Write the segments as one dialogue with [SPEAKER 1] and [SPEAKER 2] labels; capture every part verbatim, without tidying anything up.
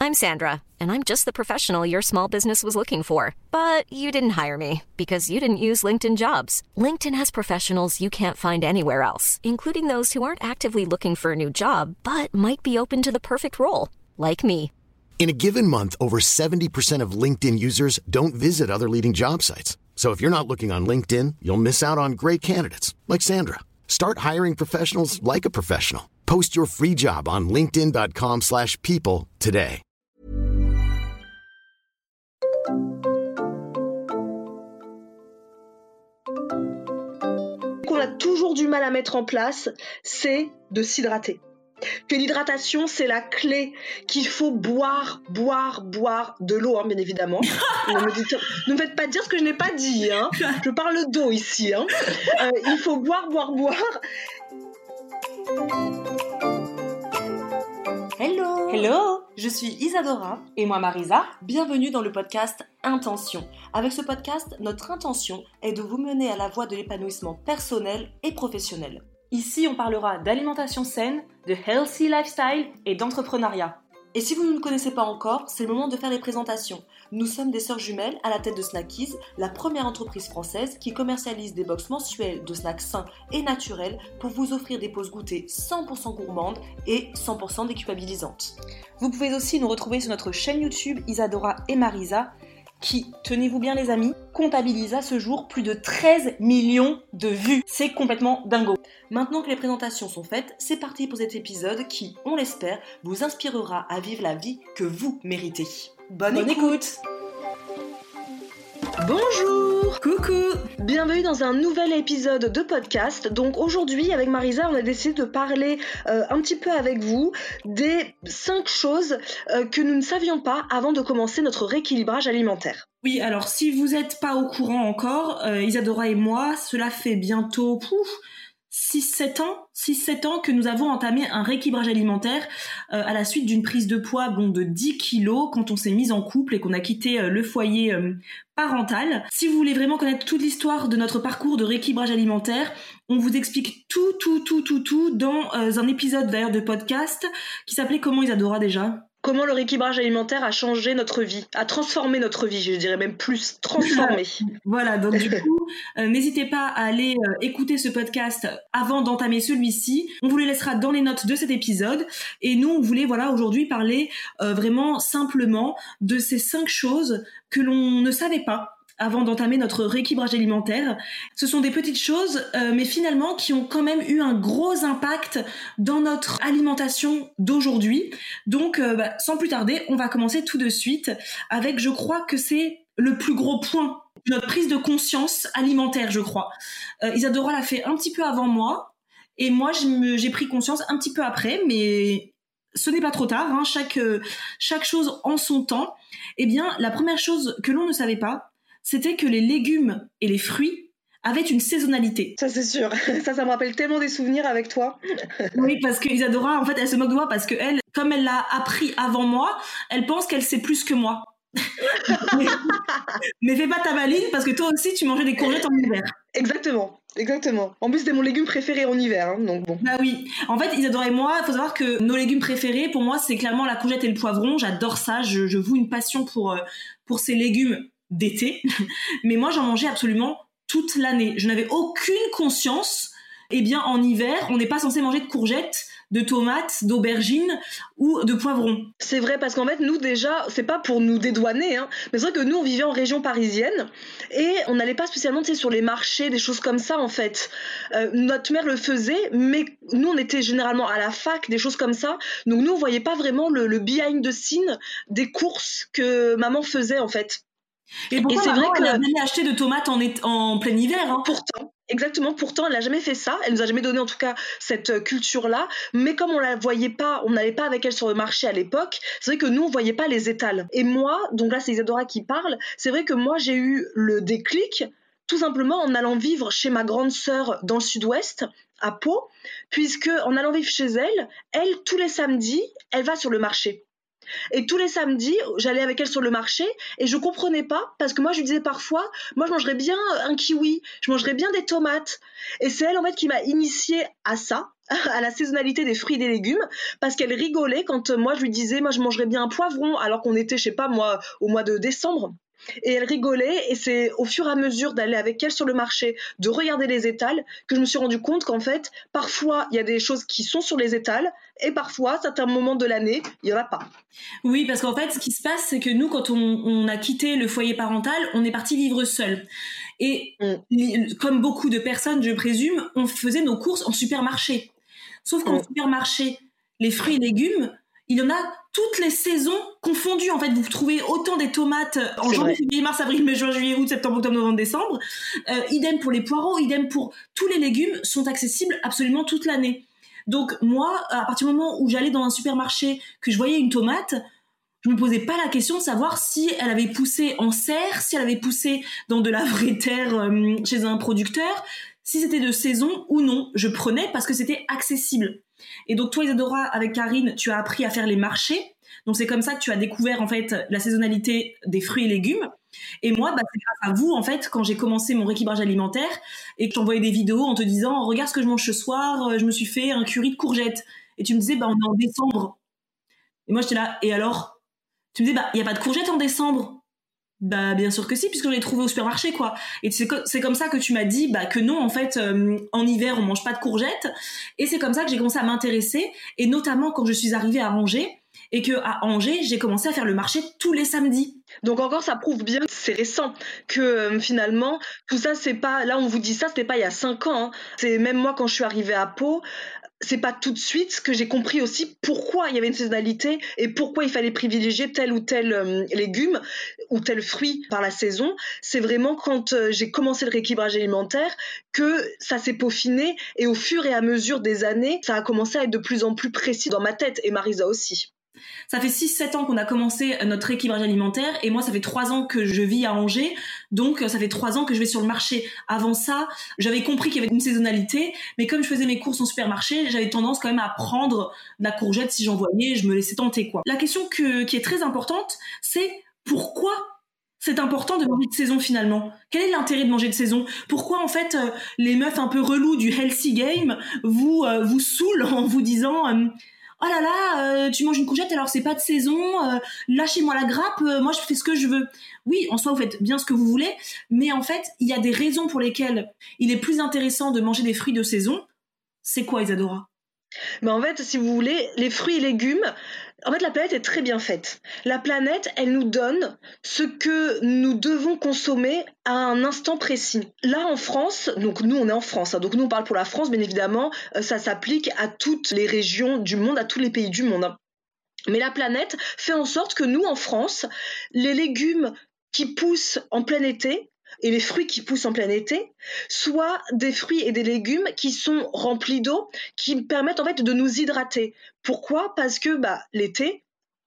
[SPEAKER 1] I'm Sandra, and I'm just the professional your small business was looking for. But you didn't hire me because you didn't use LinkedIn Jobs. LinkedIn has professionals you can't find anywhere else, including those who aren't actively looking for a new job, but might be open to the perfect role, like me.
[SPEAKER 2] In a given month, over seventy percent of LinkedIn users don't visit other leading job sites. So if you're not looking on LinkedIn, you'll miss out on great candidates like Sandra. Start hiring professionals like a professional. Post your free job on linkedin.com slash people today.
[SPEAKER 3] Qu'on a toujours du mal à mettre en place, c'est de s'hydrater. Que l'hydratation, c'est la clé, qu'il faut boire, boire, boire de l'eau, hein, bien évidemment. ne, me dites, ne me faites pas dire ce que je n'ai pas dit, hein. Je parle d'eau ici. Hein. Euh, il faut boire, boire, boire.
[SPEAKER 4] Hello Hello Je suis Isadora
[SPEAKER 5] et moi Marisa.
[SPEAKER 4] Bienvenue dans le podcast Intention. Avec ce podcast, notre intention est de vous mener à la voie de l'épanouissement personnel et professionnel.
[SPEAKER 5] Ici, on parlera d'alimentation saine, de healthy lifestyle et d'entrepreneuriat.
[SPEAKER 4] Et si vous ne nous connaissez pas encore, c'est le moment de faire les présentations. Nous sommes des sœurs jumelles à la tête de Snackies, la première entreprise française qui commercialise des box mensuelles de snacks sains et naturels pour vous offrir des pauses goûters cent pour cent gourmandes et cent pour cent déculpabilisantes.
[SPEAKER 5] Vous pouvez aussi nous retrouver sur notre chaîne YouTube Isadora et Marisa, qui, tenez-vous bien les amis, comptabilise à ce jour plus de treize millions de vues. C'est complètement dingo.
[SPEAKER 4] Maintenant que les présentations sont faites, c'est parti pour cet épisode qui, on l'espère, vous inspirera à vivre la vie que vous méritez. Bonne, Bonne écoute. écoute
[SPEAKER 3] Bonjour.
[SPEAKER 5] Coucou.
[SPEAKER 3] Bienvenue dans un nouvel épisode de podcast. Donc aujourd'hui, avec Marisa, on a décidé de parler euh, un petit peu avec vous des cinq choses euh, que nous ne savions pas avant de commencer notre rééquilibrage alimentaire.
[SPEAKER 5] Oui, alors si vous n'êtes pas au courant encore, euh, Isadora et moi, cela fait bientôt pouf, six sept ans, six sept ans que nous avons entamé un rééquilibrage alimentaire euh, à la suite d'une prise de poids bon, de dix kilos quand on s'est mis en couple et qu'on a quitté euh, le foyer euh, parental. Si vous voulez vraiment connaître toute l'histoire de notre parcours de rééquilibrage alimentaire, on vous explique tout, tout, tout, tout, tout dans euh, un épisode d'ailleurs de podcast qui s'appelait Comment Isadora déjà ?
[SPEAKER 3] Comment le rééquilibrage alimentaire a changé notre vie, a transformé notre vie, je dirais même plus, transformé.
[SPEAKER 5] Voilà, donc du coup, euh, n'hésitez pas à aller euh, écouter ce podcast avant d'entamer celui-ci. On vous les laissera dans les notes de cet épisode. Et nous, on voulait voilà, aujourd'hui parler euh, vraiment simplement de ces cinq choses que l'on ne savait pas avant d'entamer notre rééquilibrage alimentaire. Ce sont des petites choses, euh, mais finalement qui ont quand même eu un gros impact dans notre alimentation d'aujourd'hui. Donc, euh, bah, sans plus tarder, on va commencer tout de suite avec, je crois que c'est le plus gros point de notre prise de conscience alimentaire, je crois. Euh, Isadora l'a fait un petit peu avant moi, et moi, je me, j'ai pris conscience un petit peu après, mais ce n'est pas trop tard, hein, chaque, euh, chaque chose en son temps. Eh bien, la première chose que l'on ne savait pas, c'était que les légumes et les fruits avaient une saisonnalité.
[SPEAKER 3] Ça, c'est sûr. Ça, ça me rappelle tellement des souvenirs avec toi.
[SPEAKER 5] Oui, parce que Isadora, en fait, elle se moque de moi parce que elle, comme elle l'a appris avant moi, elle pense qu'elle sait plus que moi. mais, mais fais pas ta maline parce que toi aussi, tu mangeais des courgettes en hiver.
[SPEAKER 3] Exactement. Exactement. En plus, c'était mon légume préféré en hiver, hein, donc bon.
[SPEAKER 5] Bah oui. En fait, Isadora et moi, il faut savoir que nos légumes préférés, pour moi, c'est clairement la courgette et le poivron. J'adore ça. Je, je voue une passion pour, pour ces légumes d'été, mais moi j'en mangeais absolument toute l'année. Je n'avais aucune conscience. Eh bien, en hiver, on n'est pas censé manger de courgettes, de tomates, d'aubergines ou de poivrons.
[SPEAKER 3] C'est vrai, parce qu'en fait, nous déjà, c'est pas pour nous dédouaner, hein, mais c'est vrai que nous, on vivait en région parisienne et on n'allait pas spécialement, tu sais, sur les marchés, des choses comme ça, en fait. Euh, notre mère le faisait, mais nous, on était généralement à la fac, des choses comme ça. Donc nous, on voyait pas vraiment le, le behind the scene des courses que maman faisait, en fait.
[SPEAKER 5] Et pourquoi et c'est maman, vrai que elle a jamais acheté de tomates en, est... en plein hiver, hein.
[SPEAKER 3] Pourtant, exactement, pourtant elle n'a jamais fait ça, elle nous a jamais donné en tout cas cette culture-là, mais comme on la voyait pas, on n'allait pas avec elle sur le marché à l'époque, c'est vrai que nous on voyait pas les étals. Et moi, donc là c'est Isadora qui parle, c'est vrai que moi j'ai eu le déclic tout simplement en allant vivre chez ma grande sœur dans le sud-ouest, à Pau, puisque en allant vivre chez elle, elle tous les samedis, elle va sur le marché. Et tous les samedis, j'allais avec elle sur le marché et je comprenais pas parce que moi je lui disais parfois, moi je mangerais bien un kiwi, je mangerais bien des tomates. Et c'est elle en fait qui m'a initiée à ça, à la saisonnalité des fruits et des légumes, parce qu'elle rigolait quand moi je lui disais, moi je mangerais bien un poivron, alors qu'on était, je sais pas moi, au mois de décembre. Et elle rigolait, et c'est au fur et à mesure d'aller avec elle sur le marché, de regarder les étals, que je me suis rendu compte qu'en fait, parfois, il y a des choses qui sont sur les étals, et parfois, à certains moments de l'année, il n'y en a pas.
[SPEAKER 5] Oui, parce qu'en fait, ce qui se passe, c'est que nous, quand on, on a quitté le foyer parental, on est parti vivre seul. Et mm. comme beaucoup de personnes, je présume, on faisait nos courses en supermarché. Sauf qu'en mm. supermarché, les fruits et légumes, il y en a toutes les saisons confondues. En fait, vous trouvez autant des tomates en janvier, février, mars, avril, mai, juin, juillet, août, septembre, octobre, novembre, décembre. Euh, idem pour les poireaux, idem pour tous les légumes sont accessibles absolument toute l'année. Donc moi, à partir du moment où j'allais dans un supermarché, que je voyais une tomate, je me posais pas la question de savoir si elle avait poussé en serre, si elle avait poussé dans de la vraie terre euh, chez un producteur, si c'était de saison ou non. Je prenais parce que c'était accessible. Et donc toi, Isadora, avec Karine, tu as appris à faire les marchés. Donc c'est comme ça que tu as découvert en fait la saisonnalité des fruits et légumes. Et moi, bah, c'est grâce à vous en fait quand j'ai commencé mon rééquilibrage alimentaire et que je t'envoyais des vidéos en te disant oh, regarde ce que je mange ce soir, je me suis fait un curry de courgettes. Et tu me disais bah on est en décembre. Et moi j'étais là et alors tu me disais bah il y a pas de courgettes en décembre. Bah bien sûr que si, puisque je l'ai trouvé au supermarché quoi. Et c'est, co- c'est comme ça que tu m'as dit bah que non en fait euh, en hiver on mange pas de courgettes. Et c'est comme ça que j'ai commencé à m'intéresser, et notamment quand je suis arrivée à Angers, et que à Angers j'ai commencé à faire le marché tous les samedis.
[SPEAKER 3] Donc encore ça prouve bien, c'est récent, que euh, finalement tout ça c'est pas, là on vous dit ça, c'était pas il y a cinq ans, hein. C'est même moi quand je suis arrivée à Pau, c'est pas tout de suite que j'ai compris aussi pourquoi il y avait une saisonnalité et pourquoi il fallait privilégier tel ou tel euh, légume ou tel fruit par la saison. C'est vraiment quand euh, j'ai commencé le rééquilibrage alimentaire que ça s'est peaufiné, et au fur et à mesure des années, ça a commencé à être de plus en plus précis dans ma tête, et Marisa aussi.
[SPEAKER 5] Ça fait six sept ans qu'on a commencé notre rééquilibrage alimentaire, et moi ça fait trois ans que je vis à Angers, donc ça fait trois ans que je vais sur le marché. Avant ça, j'avais compris qu'il y avait une saisonnalité, mais comme je faisais mes courses en supermarché, j'avais tendance quand même à prendre de la courgette si j'en voyais, je me laissais tenter quoi. La question que, qui est très importante, c'est pourquoi c'est important de manger de saison finalement. Quel est l'intérêt de manger de saison? Pourquoi en fait euh, les meufs un peu reloues du healthy game vous, euh, vous saoulent en vous disant... Euh, oh là là, euh, tu manges une courgette alors c'est pas de saison, euh, lâchez-moi la grappe, euh, moi je fais ce que je veux. Oui, en soi vous faites bien ce que vous voulez, mais en fait il y a des raisons pour lesquelles il est plus intéressant de manger des fruits de saison. C'est quoi, Isadora?
[SPEAKER 3] Mais en fait, si vous voulez, les fruits et légumes, en fait la planète est très bien faite. La planète, elle nous donne ce que nous devons consommer à un instant précis. Là en France, donc nous on est en France, hein, donc nous on parle pour la France, bien évidemment, euh, ça s'applique à toutes les régions du monde, à tous les pays du monde. Hein. Mais la planète fait en sorte que nous en France, les légumes qui poussent en plein été, et les fruits qui poussent en plein été, soit des fruits et des légumes qui sont remplis d'eau, qui permettent en fait de nous hydrater. Pourquoi ? Parce que bah, l'été,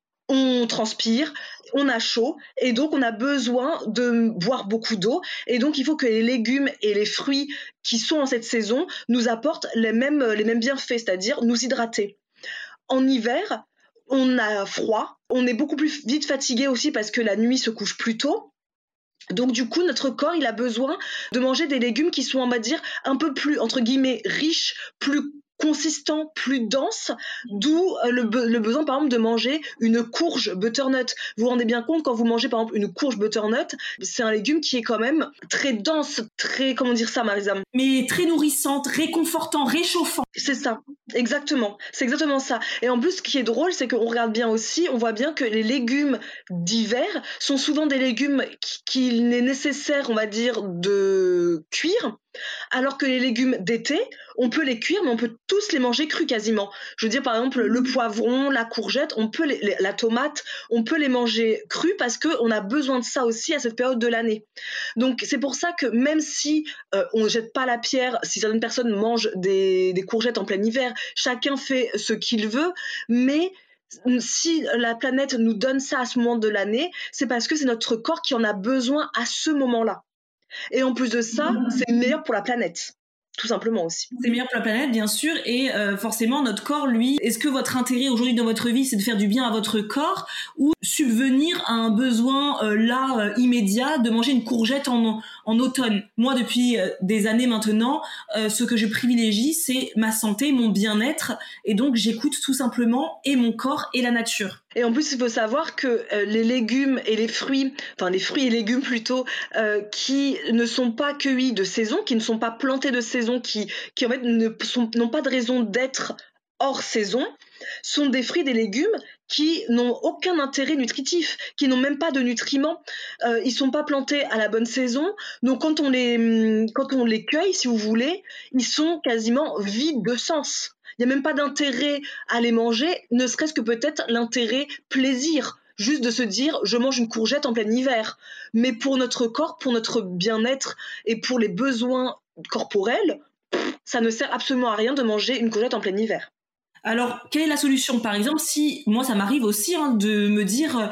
[SPEAKER 3] on transpire, on a chaud, et donc on a besoin de boire beaucoup d'eau, et donc il faut que les légumes et les fruits qui sont en cette saison nous apportent les mêmes, les mêmes bienfaits, c'est-à-dire nous hydrater. En hiver, on a froid, on est beaucoup plus vite fatigué aussi parce que la nuit se couche plus tôt. Donc du coup, notre corps, il a besoin de manger des légumes qui sont, on va dire, un peu plus, entre guillemets, riches, plus consistants, plus denses, d'où le, be- le besoin, par exemple, de manger une courge butternut. Vous vous rendez bien compte, quand vous mangez, par exemple, une courge butternut, c'est un légume qui est quand même très dense, très, comment dire ça, Marisa ?
[SPEAKER 5] Mais très nourrissante, réconfortant, réchauffant.
[SPEAKER 3] C'est ça, exactement. C'est exactement ça. Et en plus, ce qui est drôle, c'est qu'on regarde bien aussi, on voit bien que les légumes d'hiver sont souvent des légumes qu'il est nécessaire, on va dire, de cuire, alors que les légumes d'été, on peut les cuire, mais on peut tous les manger crus quasiment. Je veux dire, par exemple, le poivron, la courgette, on peut les, les, la tomate, on peut les manger crus parce qu'on a besoin de ça aussi à cette période de l'année. Donc, c'est pour ça que même si euh, on ne jette pas la pierre, si certaines personnes mangent des, des courgettes en plein hiver, chacun fait ce qu'il veut, mais si la planète nous donne ça à ce moment de l'année, c'est parce que c'est notre corps qui en a besoin à ce moment-là. Et en plus de ça, c'est meilleur pour la planète. tout simplement aussi.
[SPEAKER 5] C'est meilleur pour la planète, bien sûr, et euh, forcément notre corps, lui, est-ce que votre intérêt aujourd'hui dans votre vie, c'est de faire du bien à votre corps ou subvenir à un besoin euh, là euh, immédiat de manger une courgette en, en automne? Moi, depuis euh, des années maintenant, euh, ce que je privilégie, c'est ma santé, mon bien-être, et donc j'écoute tout simplement et mon corps et la nature.
[SPEAKER 3] Et en plus, il faut savoir que euh, les légumes et les fruits, enfin les fruits et légumes plutôt, euh, qui ne sont pas cueillis de saison, qui ne sont pas plantés de saison, qui, qui en fait ne sont, n'ont pas de raison d'être hors saison, sont des fruits et des légumes qui n'ont aucun intérêt nutritif, qui n'ont même pas de nutriments. Euh, ils sont pas plantés à la bonne saison, donc quand on les, quand on les cueille, si vous voulez, ils sont quasiment vides de sens. Il n'y a même pas d'intérêt à les manger, ne serait-ce que peut-être l'intérêt plaisir, juste de se dire je mange une courgette en plein hiver. Mais pour notre corps, pour notre bien-être et pour les besoins corporels, ça ne sert absolument à rien de manger une courgette en plein hiver.
[SPEAKER 5] Alors, quelle est la solution? Par exemple, si moi ça m'arrive aussi hein, de me dire euh,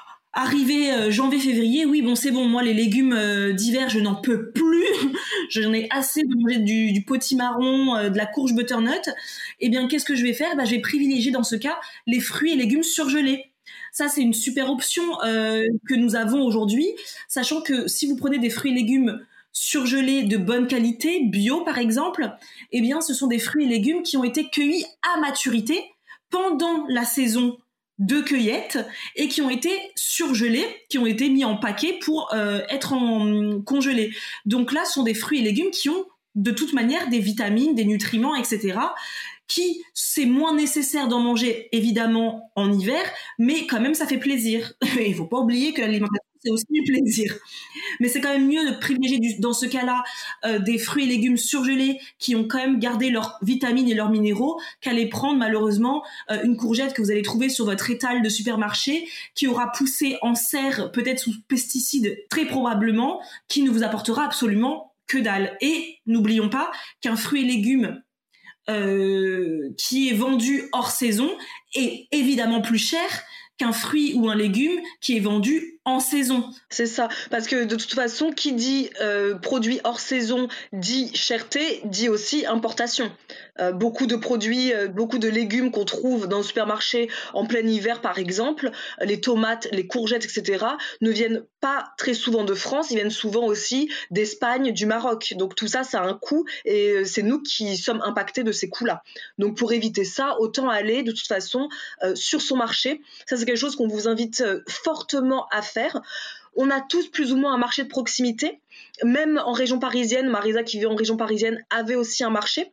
[SPEAKER 5] arrivé euh, janvier-février, oui bon c'est bon, moi les légumes euh, d'hiver je n'en peux plus, j'en ai assez de manger du, du potimarron, euh, de la courge butternut. Eh bien qu'est-ce que je vais faire? Bah, je vais privilégier dans ce cas les fruits et légumes surgelés. Ça c'est une super option euh, que nous avons aujourd'hui, sachant que si vous prenez des fruits et légumes surgelés de bonne qualité, bio par exemple, eh bien ce sont des fruits et légumes qui ont été cueillis à maturité pendant la saison de cueillette et qui ont été surgelés, qui ont été mis en paquet pour euh, être en congelés. Donc là, ce sont des fruits et légumes qui ont de toute manière des vitamines, des nutriments, et cetera, qui, c'est moins nécessaire d'en manger évidemment en hiver, mais quand même ça fait plaisir. Et il faut pas oublier que l'alimentation, c'est aussi du plaisir. Mais c'est quand même mieux de privilégier du, dans ce cas-là euh, des fruits et légumes surgelés qui ont quand même gardé leurs vitamines et leurs minéraux qu'aller prendre malheureusement euh, une courgette que vous allez trouver sur votre étal de supermarché qui aura poussé en serre, peut-être sous pesticides très probablement, qui ne vous apportera absolument que dalle. Et n'oublions pas qu'un fruit et légume euh, qui est vendu hors saison est évidemment plus cher qu'un fruit ou un légume qui est vendu en saison.
[SPEAKER 3] C'est ça, parce que de toute façon, qui dit euh, produit hors saison dit cherté, dit aussi importation. Euh, beaucoup de produits, euh, beaucoup de légumes qu'on trouve dans le supermarché en plein hiver, par exemple, les tomates, les courgettes, et cetera, ne viennent pas très souvent de France, ils viennent souvent aussi d'Espagne, du Maroc. Donc tout ça, ça a un coût et c'est nous qui sommes impactés de ces coûts-là. Donc pour éviter ça, autant aller de toute façon euh, sur son marché. Ça, c'est quelque chose qu'on vous invite euh, fortement à faire. On a tous plus ou moins un marché de proximité. Même en région parisienne, Marisa qui vit en région parisienne avait aussi un marché.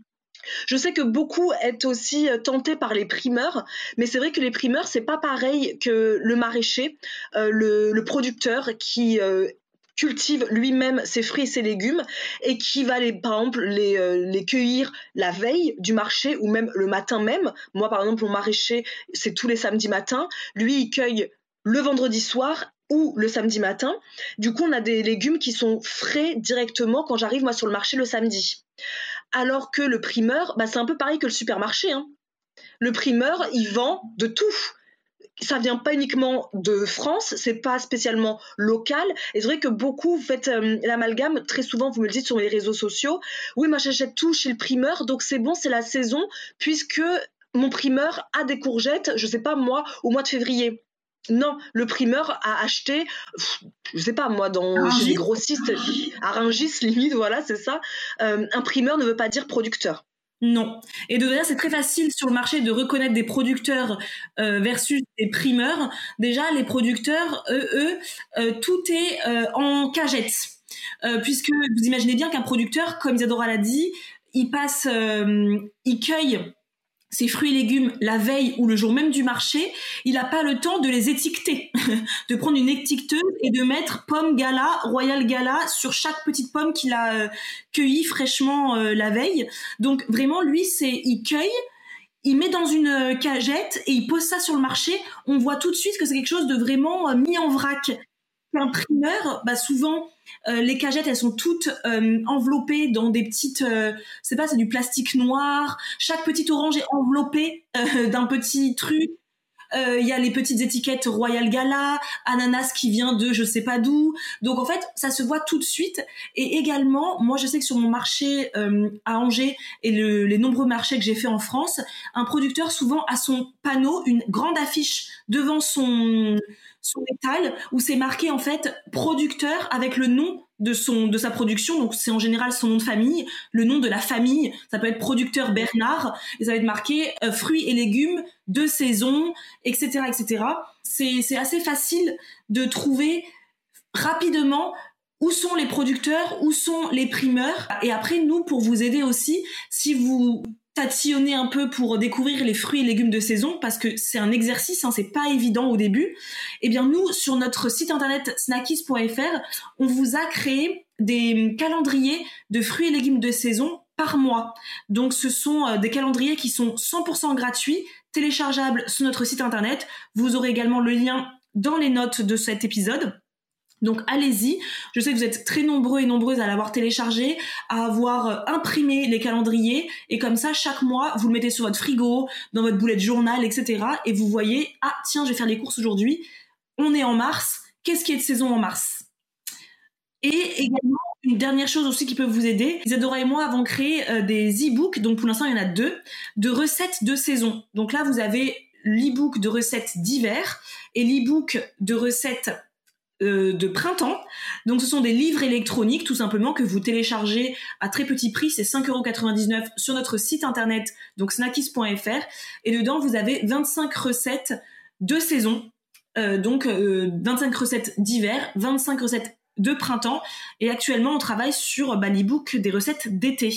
[SPEAKER 3] Je sais que beaucoup est aussi tentés par les primeurs, mais c'est vrai que les primeurs, c'est pas pareil que le maraîcher, euh, le, le producteur qui euh, cultive lui-même ses fruits et ses légumes et qui va les, par exemple les, euh, les cueillir la veille du marché ou même le matin même. Moi par exemple mon maraîcher c'est tous les samedis matins, lui il cueille le vendredi soir ou le samedi matin. Du coup on a des légumes qui sont frais directement quand j'arrive moi sur le marché le samedi. Alors que le primeur, bah, c'est un peu pareil que le supermarché. Hein. Le primeur, il vend de tout. Ça vient pas uniquement de France, c'est pas spécialement local. Et c'est vrai que beaucoup vous faites euh, l'amalgame. Très souvent, vous me le dites sur les réseaux sociaux. Oui, moi j'achète tout chez le primeur, donc c'est bon, c'est la saison, puisque mon primeur a des courgettes, je sais pas moi, au mois de février. Non, le primeur a acheté, je sais pas moi, dans chez les grossistes, à Rungis limite, voilà, c'est ça. Euh, un primeur ne veut pas dire producteur.
[SPEAKER 5] Non. Et de manière, c'est très facile sur le marché de reconnaître des producteurs euh, versus des primeurs. Déjà, les producteurs, eux, eux euh, tout est euh, en cagette. Euh, puisque vous imaginez bien qu'un producteur, comme Isadora l'a dit, il passe, euh, il cueille ces fruits et légumes la veille ou le jour même du marché, il n'a pas le temps de les étiqueter, de prendre une étiqueteuse et de mettre pomme gala, royal gala sur chaque petite pomme qu'il a euh, cueillie fraîchement euh, la veille. Donc vraiment, lui, c'est il cueille, il met dans une euh, cagette et il pose ça sur le marché. On voit tout de suite que c'est quelque chose de vraiment euh, mis en vrac. Un primeur, bah souvent euh, les cagettes elles sont toutes euh, enveloppées dans des petites, euh, c'est pas c'est du plastique noir. Chaque petite orange est enveloppée euh, d'un petit truc. il euh, y a les petites étiquettes Royal Gala, ananas qui vient de je sais pas d'où. Donc en fait, ça se voit tout de suite. Et également, moi je sais que sur mon marché euh, à Angers et le, les nombreux marchés que j'ai fait en France, un producteur souvent a son panneau, une grande affiche devant son son étal où c'est marqué en fait producteur avec le nom de son de sa production, donc c'est en général son nom de famille, le nom de la famille, ça peut être producteur Bernard et ça va être marqué euh, fruits et légumes de saison, et cetera, et cetera. C'est c'est assez facile de trouver rapidement où sont les producteurs, où sont les primeurs. Et après, nous, pour vous aider aussi, si vous tatillonnez un peu pour découvrir les fruits et légumes de saison, parce que c'est un exercice, hein, c'est pas évident au début, eh bien nous, sur notre site internet snackies point f r, on vous a créé des calendriers de fruits et légumes de saison par mois. Donc ce sont euh, des calendriers qui sont cent pour cent gratuits, téléchargeables sur notre site internet. Vous aurez également le lien dans les notes de cet épisode. Donc allez-y, je sais que vous êtes très nombreux et nombreuses à l'avoir téléchargé, à avoir imprimé les calendriers, et comme ça, chaque mois, vous le mettez sur votre frigo, dans votre boulette journal, et cetera. Et vous voyez, ah tiens, je vais faire les courses aujourd'hui, on est en mars, qu'est-ce qui est de saison en mars ? Et également, une dernière chose aussi qui peut vous aider, Isadora et moi avons créé euh, des e-books, donc pour l'instant il y en a deux, de recettes de saison. Donc là, vous avez l'e-book de recettes d'hiver et l'e-book de recettes de printemps. Donc ce sont des livres électroniques tout simplement que vous téléchargez à très petit prix, c'est cinq euros quatre-vingt-dix-neuf sur notre site internet, donc snackies point f r, et dedans vous avez vingt-cinq recettes de saison, euh, donc euh, vingt-cinq recettes d'hiver, vingt-cinq recettes de printemps, et actuellement on travaille sur bah, l'e-book des recettes d'été.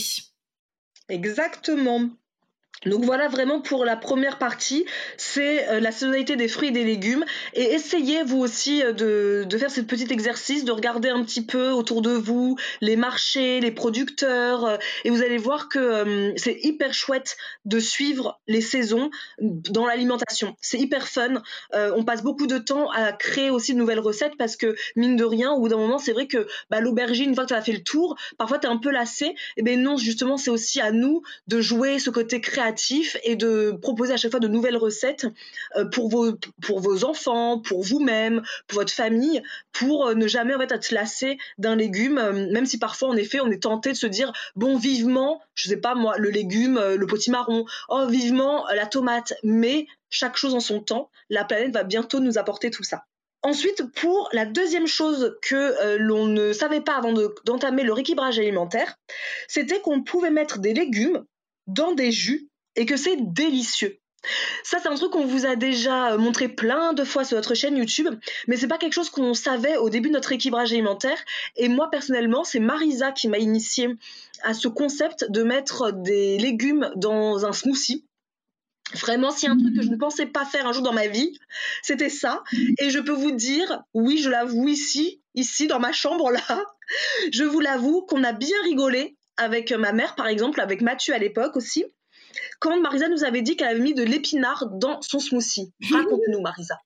[SPEAKER 3] Exactement. Donc voilà vraiment pour la première partie, c'est euh, la saisonnalité des fruits et des légumes, et essayez vous aussi euh, de, de faire ce petit exercice, de regarder un petit peu autour de vous les marchés, les producteurs, euh, et vous allez voir que euh, c'est hyper chouette de suivre les saisons dans l'alimentation, c'est hyper fun, euh, on passe beaucoup de temps à créer aussi de nouvelles recettes parce que mine de rien, au bout d'un moment c'est vrai que bah, l'aubergine, une fois que tu as fait le tour, parfois tu es un peu lassé, et bien non, justement c'est aussi à nous de jouer ce côté créatif et de proposer à chaque fois de nouvelles recettes pour vos, pour vos enfants, pour vous-même, pour votre famille, pour ne jamais en fait être lassé d'un légume, même si parfois en effet on est tenté de se dire bon vivement, je sais pas moi, le légume, le potimarron, oh vivement la tomate, mais chaque chose en son temps, la planète va bientôt nous apporter tout ça. Ensuite, pour la deuxième chose que euh, l'on ne savait pas avant de, d'entamer le rééquilibrage alimentaire, c'était qu'on pouvait mettre des légumes dans des jus et que c'est délicieux. Ça, c'est un truc qu'on vous a déjà montré plein de fois sur notre chaîne YouTube, mais c'est pas quelque chose qu'on savait au début de notre équilibrage alimentaire. Et moi, personnellement, c'est Marisa qui m'a initiée à ce concept de mettre des légumes dans un smoothie. Vraiment, s'il y a un truc que je ne pensais pas faire un jour dans ma vie, c'était ça. Et je peux vous dire, oui, je l'avoue ici, ici dans ma chambre là, je vous l'avoue qu'on a bien rigolé avec ma mère, par exemple, avec Mathieu à l'époque aussi, quand Marisa nous avait dit qu'elle avait mis de l'épinard dans son smoothie. Raconte-nous, Marisa.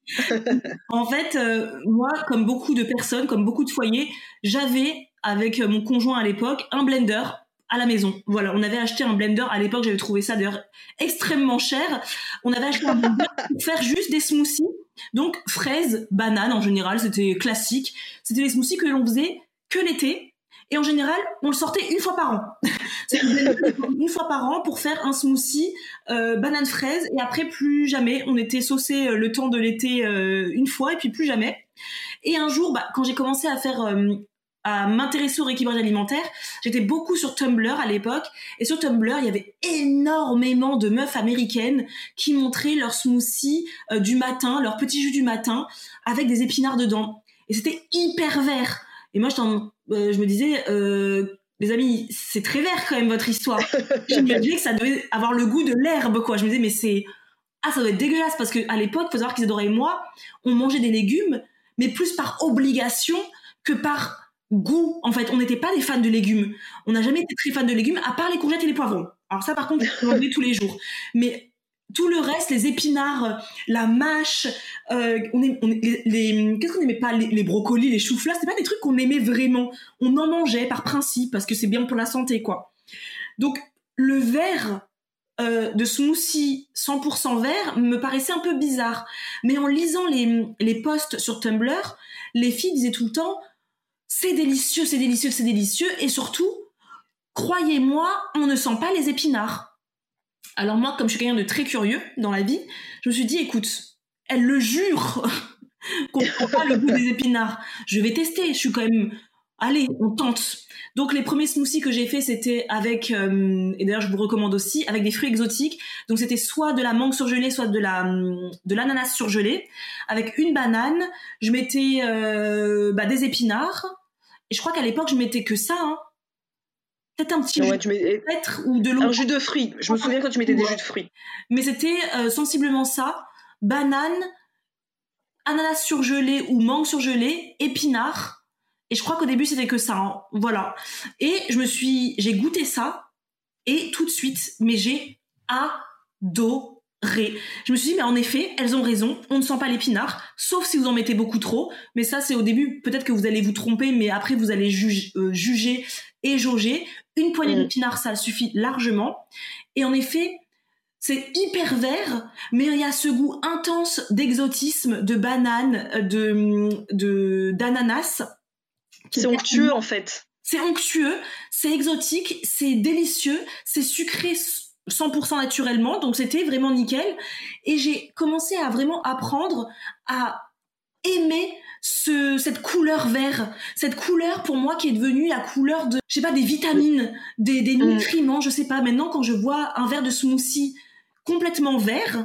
[SPEAKER 5] En fait, euh, moi, comme beaucoup de personnes, comme beaucoup de foyers, j'avais, avec mon conjoint à l'époque, un blender à la maison. Voilà, on avait acheté un blender à l'époque, j'avais trouvé ça d'ailleurs extrêmement cher. On avait acheté un blender pour faire juste des smoothies. Donc, fraises, bananes en général, c'était classique. C'était les smoothies que l'on faisait que l'été. Et en général, on le sortait une fois par an. C'est une fois par an pour faire un smoothie euh, banane fraise, et après plus jamais. On était saucés euh, le temps de l'été euh, une fois et puis plus jamais. Et un jour, bah, quand j'ai commencé à faire euh, à m'intéresser au rééquilibrage alimentaire, j'étais beaucoup sur Tumblr à l'époque, et sur Tumblr il y avait énormément de meufs américaines qui montraient leur smoothie euh, du matin, leur petit jus du matin avec des épinards dedans, et c'était hyper vert. Et moi, je, euh, je me disais, euh, les amis, c'est très vert quand même votre histoire. Je me disais que ça devait avoir le goût de l'herbe, quoi. Je me disais, mais c'est, ah, ça doit être dégueulasse, parce qu'à l'époque, il faut savoir qu'Isadora et moi, on mangeait des légumes, mais plus par obligation que par goût. En fait, on n'était pas des fans de légumes. On n'a jamais été très fans de légumes, à part les courgettes et les poivrons. Alors ça, par contre, on mangeait tous les jours. Mais tout le reste, les épinards, la mâche, euh, on est, on est, les, les, qu'est-ce qu'on n'aimait pas, les, les brocolis, les choux-fleurs, c'était pas des trucs qu'on aimait vraiment. On en mangeait par principe, parce que c'est bien pour la santé, quoi. Donc, le vert euh, de smoothie cent pour cent vert me paraissait un peu bizarre. Mais en lisant les, les posts sur Tumblr, les filles disaient tout le temps « c'est délicieux, c'est délicieux, c'est délicieux » et surtout, croyez-moi, on ne sent pas les épinards. Alors moi, comme je suis quelqu'un de très curieux dans la vie, je me suis dit « écoute, elle le jure qu'on ne sent pas le goût des épinards. Je vais tester, je suis quand même... Allez, on tente !» Donc les premiers smoothies que j'ai fait, c'était avec, euh, et d'ailleurs je vous recommande aussi, avec des fruits exotiques. Donc c'était soit de la mangue surgelée, soit de la de l'ananas surgelé, avec une banane. Je mettais euh, bah, des épinards. Et je crois qu'à l'époque je mettais que ça. Hein. Peut-être un petit
[SPEAKER 3] ouais,
[SPEAKER 5] jus
[SPEAKER 3] tu mets...
[SPEAKER 5] peut-être ou de l'eau.
[SPEAKER 3] Un jus de fruits. Je me souviens quand tu mettais des jus de fruits.
[SPEAKER 5] Mais c'était euh, sensiblement ça. Banane, ananas surgelé ou mangue surgelée, épinards. Et je crois qu'au début, c'était que ça. Hein. Voilà. Et je me suis... J'ai goûté ça. Et tout de suite, mais j'ai adoré. Je me suis dit, mais en effet, elles ont raison. On ne sent pas l'épinard. Sauf si vous en mettez beaucoup trop. Mais ça, c'est au début. Peut-être que vous allez vous tromper. Mais après, vous allez juge, euh, juger et jauger. Une poignée mmh. d'épinards, ça suffit largement. Et en effet... C'est hyper vert, mais il y a ce goût intense d'exotisme, de banane, de, de, d'ananas.
[SPEAKER 3] C'est onctueux en fait.
[SPEAKER 5] C'est onctueux, c'est exotique, c'est délicieux, c'est sucré cent pour cent naturellement, donc c'était vraiment nickel. Et j'ai commencé à vraiment apprendre à aimer ce, cette couleur vert, cette couleur pour moi qui est devenue la couleur de, je sais pas, des vitamines, des, des nutriments, je sais pas. Maintenant, quand je vois un verre de smoothie complètement vert,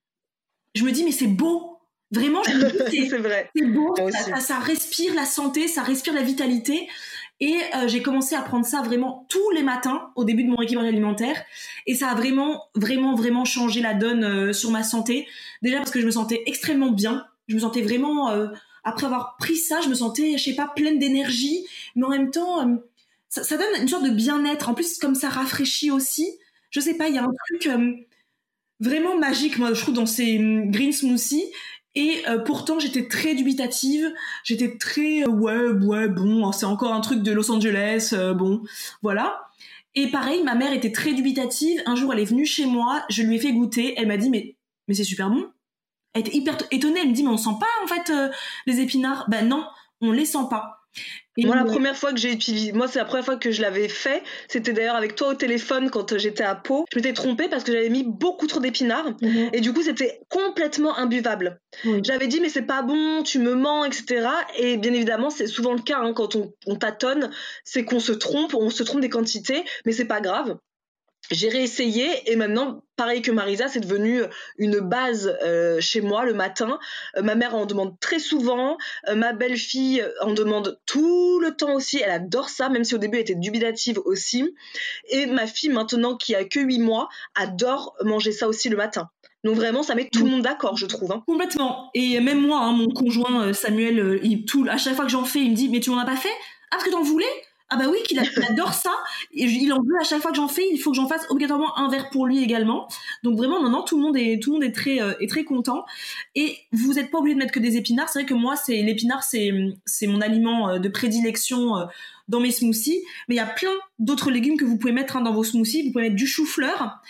[SPEAKER 5] je me dis mais c'est beau, vraiment je me dis c'est,
[SPEAKER 3] c'est, vrai.
[SPEAKER 5] c'est beau, ça, ça, ça respire la santé, ça respire la vitalité. Et euh, j'ai commencé à prendre ça vraiment tous les matins au début de mon rééquilibrage alimentaire, et ça a vraiment vraiment vraiment changé la donne euh, sur ma santé. Déjà parce que je me sentais extrêmement bien, je me sentais vraiment euh, après avoir pris ça, je me sentais je sais pas pleine d'énergie, mais en même temps euh, ça, ça donne une sorte de bien-être. En plus comme ça rafraîchit aussi, je sais pas, il y a un truc euh, vraiment magique, moi, je trouve, dans ces green smoothies. Et euh, pourtant, j'étais très dubitative. J'étais très, euh, ouais, ouais, bon, c'est encore un truc de Los Angeles, euh, bon, voilà. Et pareil, ma mère était très dubitative. Un jour, elle est venue chez moi, je lui ai fait goûter. Elle m'a dit, mais, mais c'est super bon. Elle était hyper étonnée. Elle me dit, mais on sent pas, en fait, euh, les épinards. Ben non, on les sent pas. Et
[SPEAKER 3] moi, la première fois que j'ai utilisé, moi, c'est la première fois que je l'avais fait. C'était d'ailleurs avec toi au téléphone quand j'étais à Pau. Je m'étais trompée parce que j'avais mis beaucoup trop d'épinards. Mm-hmm. Et du coup, c'était complètement imbuvable. Mm. J'avais dit, mais c'est pas bon, tu me mens, et cetera. Et bien évidemment, c'est souvent le cas hein, quand on, on tâtonne. C'est qu'on se trompe, on se trompe des quantités, mais c'est pas grave. J'ai réessayé et maintenant, pareil que Marisa, c'est devenu une base euh, chez moi le matin. Euh, ma mère en demande très souvent, euh, ma belle-fille en demande tout le temps aussi, elle adore ça, même si au début elle était dubitative aussi. Et ma fille maintenant qui a que huit mois, adore manger ça aussi le matin. Donc vraiment, ça met tout le monde d'accord, je trouve. Hein.
[SPEAKER 5] Complètement. Et même moi, hein, mon conjoint Samuel, il, tout, à chaque fois que j'en fais, il me dit « mais tu m'en as pas fait ? Ah, parce que t'en voulais ?» Ah bah oui, qu'il adore ça, et il en veut à chaque fois que j'en fais, il faut que j'en fasse obligatoirement un verre pour lui également. Donc vraiment, non, non, tout le monde est, tout le monde est très, euh, est très content. Et vous n'êtes pas obligé de mettre que des épinards. C'est vrai que moi, c'est l'épinard, c'est, c'est mon aliment de prédilection euh, dans mes smoothies. Mais il y a plein d'autres légumes que vous pouvez mettre hein, dans vos smoothies. Vous pouvez mettre du chou-fleur.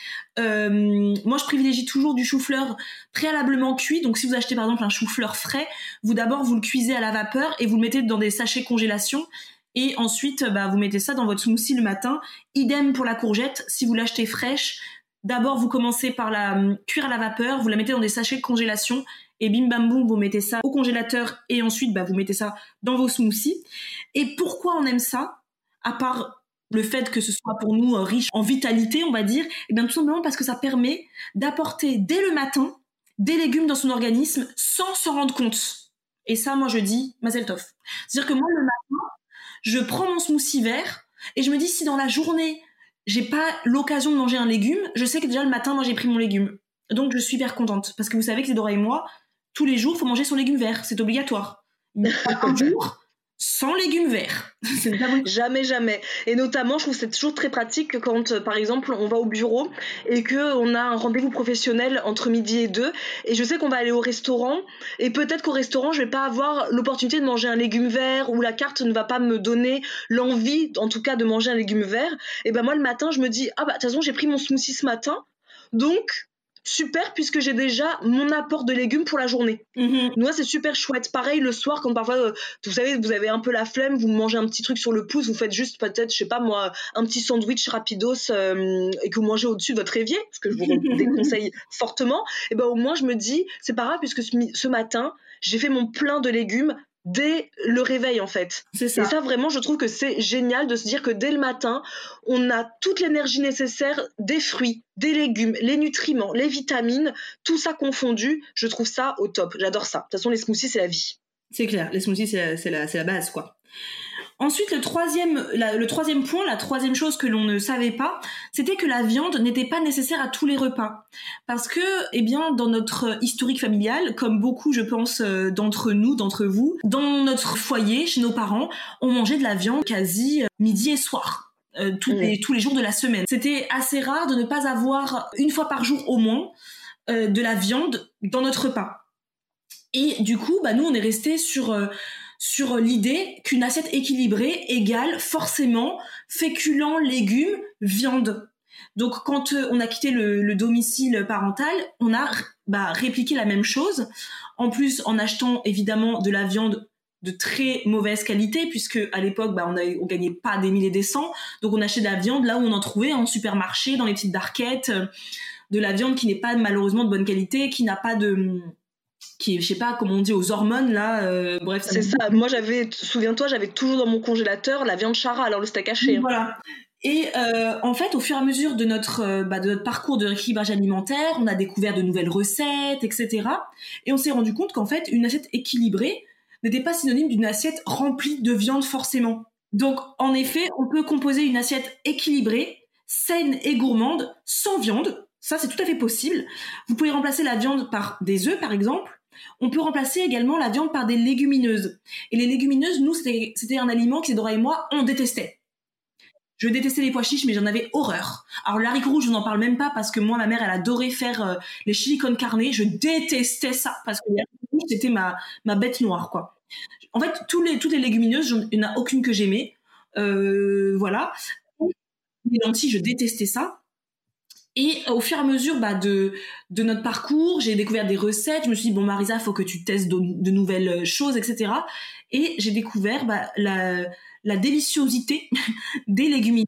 [SPEAKER 5] Euh, moi, je privilégie toujours du chou-fleur préalablement cuit. Donc si vous achetez par exemple un chou-fleur frais, vous d'abord vous le cuisez à la vapeur et vous le mettez dans des sachets congélation. Et ensuite, bah, vous mettez ça dans votre smoothie le matin. Idem pour la courgette. Si vous l'achetez fraîche, d'abord, vous commencez par la euh, cuire à la vapeur. Vous la mettez dans des sachets de congélation. Et bim bam boum, vous mettez ça au congélateur. Et ensuite, bah, vous mettez ça dans vos smoothies. Et pourquoi on aime ça ? À part le fait que ce soit pour nous euh, riche en vitalité, on va dire. Et bien tout simplement parce que ça permet d'apporter dès le matin des légumes dans son organisme sans s'en rendre compte. Et ça, moi, je dis Mazel Tov. C'est-à-dire que moi, le matin, je prends mon smoothie vert et je me dis si dans la journée j'ai pas l'occasion de manger un légume, je sais que déjà le matin moi j'ai pris mon légume. Donc je suis hyper contente parce que vous savez que Dora et moi tous les jours il faut manger son légume vert, c'est obligatoire. Un jour sans légumes verts.
[SPEAKER 3] Jamais, jamais. Et notamment, je trouve que c'est toujours très pratique quand, par exemple, on va au bureau et qu'on a un rendez-vous professionnel entre midi et deux. Et je sais qu'on va aller au restaurant et peut-être qu'au restaurant, je vais pas avoir l'opportunité de manger un légume vert ou la carte ne va pas me donner l'envie, en tout cas, de manger un légume vert. Et ben moi, le matin, je me dis, ah bah, de toute façon, j'ai pris mon smoothie ce matin. Donc, super, puisque j'ai déjà mon apport de légumes pour la journée.
[SPEAKER 5] Mmh.
[SPEAKER 3] Moi, c'est super chouette. Pareil, le soir, quand parfois, euh, vous savez, vous avez un peu la flemme, vous mangez un petit truc sur le pouce, vous faites juste peut-être, je sais pas moi, un petit sandwich rapidos euh, et que vous mangez au-dessus de votre évier, ce que je vous déconseille fortement, et ben au moins, je me dis, c'est pas grave, puisque ce, ce matin, j'ai fait mon plein de légumes dès le réveil en fait.
[SPEAKER 5] C'est ça.
[SPEAKER 3] Et ça vraiment je trouve que c'est génial de se dire que dès le matin on a toute l'énergie nécessaire, des fruits, des légumes, les nutriments, les vitamines, tout ça confondu, je trouve ça au top, j'adore ça. De toute façon les smoothies c'est la vie.
[SPEAKER 5] C'est clair, les smoothies c'est la, c'est la, c'est la base quoi. Ensuite, le troisième, la, le troisième point, la troisième chose que l'on ne savait pas, c'était que la viande n'était pas nécessaire à tous les repas. Parce que, eh bien, dans notre historique familial, comme beaucoup, je pense, euh, d'entre nous, d'entre vous, dans notre foyer, chez nos parents, on mangeait de la viande quasi euh, midi et soir. Euh, tous, mmh. les, tous les jours de la semaine. C'était assez rare de ne pas avoir, une fois par jour au moins, euh, de la viande dans notre repas. Et du coup, bah, nous, on est restés sur... Euh, sur l'idée qu'une assiette équilibrée égale forcément féculents, légumes, viande. Donc quand euh, on a quitté le, le domicile parental, on a bah, répliqué la même chose, en plus en achetant évidemment de la viande de très mauvaise qualité, puisque à l'époque bah, on ne gagnait pas des mille et des cents, donc on achetait de la viande là où on en trouvait en supermarché, dans les petites barquettes, euh, de la viande qui n'est pas malheureusement de bonne qualité, qui n'a pas de... qui, je sais pas comment on dit, aux hormones là, euh, bref.
[SPEAKER 3] Ça c'est ça. Moi j'avais, souviens-toi, j'avais toujours dans mon congélateur la viande chara, alors le steak haché. Hein.
[SPEAKER 5] Voilà. Et euh, en fait, au fur et à mesure de notre euh, bah, de notre parcours de rééquilibrage alimentaire, on a découvert de nouvelles recettes, et cetera. Et on s'est rendu compte qu'en fait, une assiette équilibrée n'était pas synonyme d'une assiette remplie de viande forcément. Donc, en effet, on peut composer une assiette équilibrée, saine et gourmande, sans viande. Ça, c'est tout à fait possible. Vous pouvez remplacer la viande par des œufs, par exemple. On peut remplacer également la viande par des légumineuses. Et les légumineuses, nous, c'était, c'était un aliment qu'Isadora et moi, on détestait. Je détestais les pois chiches, mais j'en avais horreur. Alors, le haricot rouge, je n'en parle même pas parce que moi, ma mère, elle adorait faire euh, les chili con carne. Je détestais ça parce que les haricots rouges, c'était ma, ma bête noire, quoi. En fait, tous les, toutes les légumineuses, il n'y en a aucune que j'aimais. Euh, voilà. Les lentilles, je détestais ça. Et au fur et à mesure bah, de, de notre parcours, j'ai découvert des recettes. Je me suis dit, bon Marisa, il faut que tu testes de, de nouvelles choses, et cetera. Et j'ai découvert bah, la, la déliciosité des légumineuses.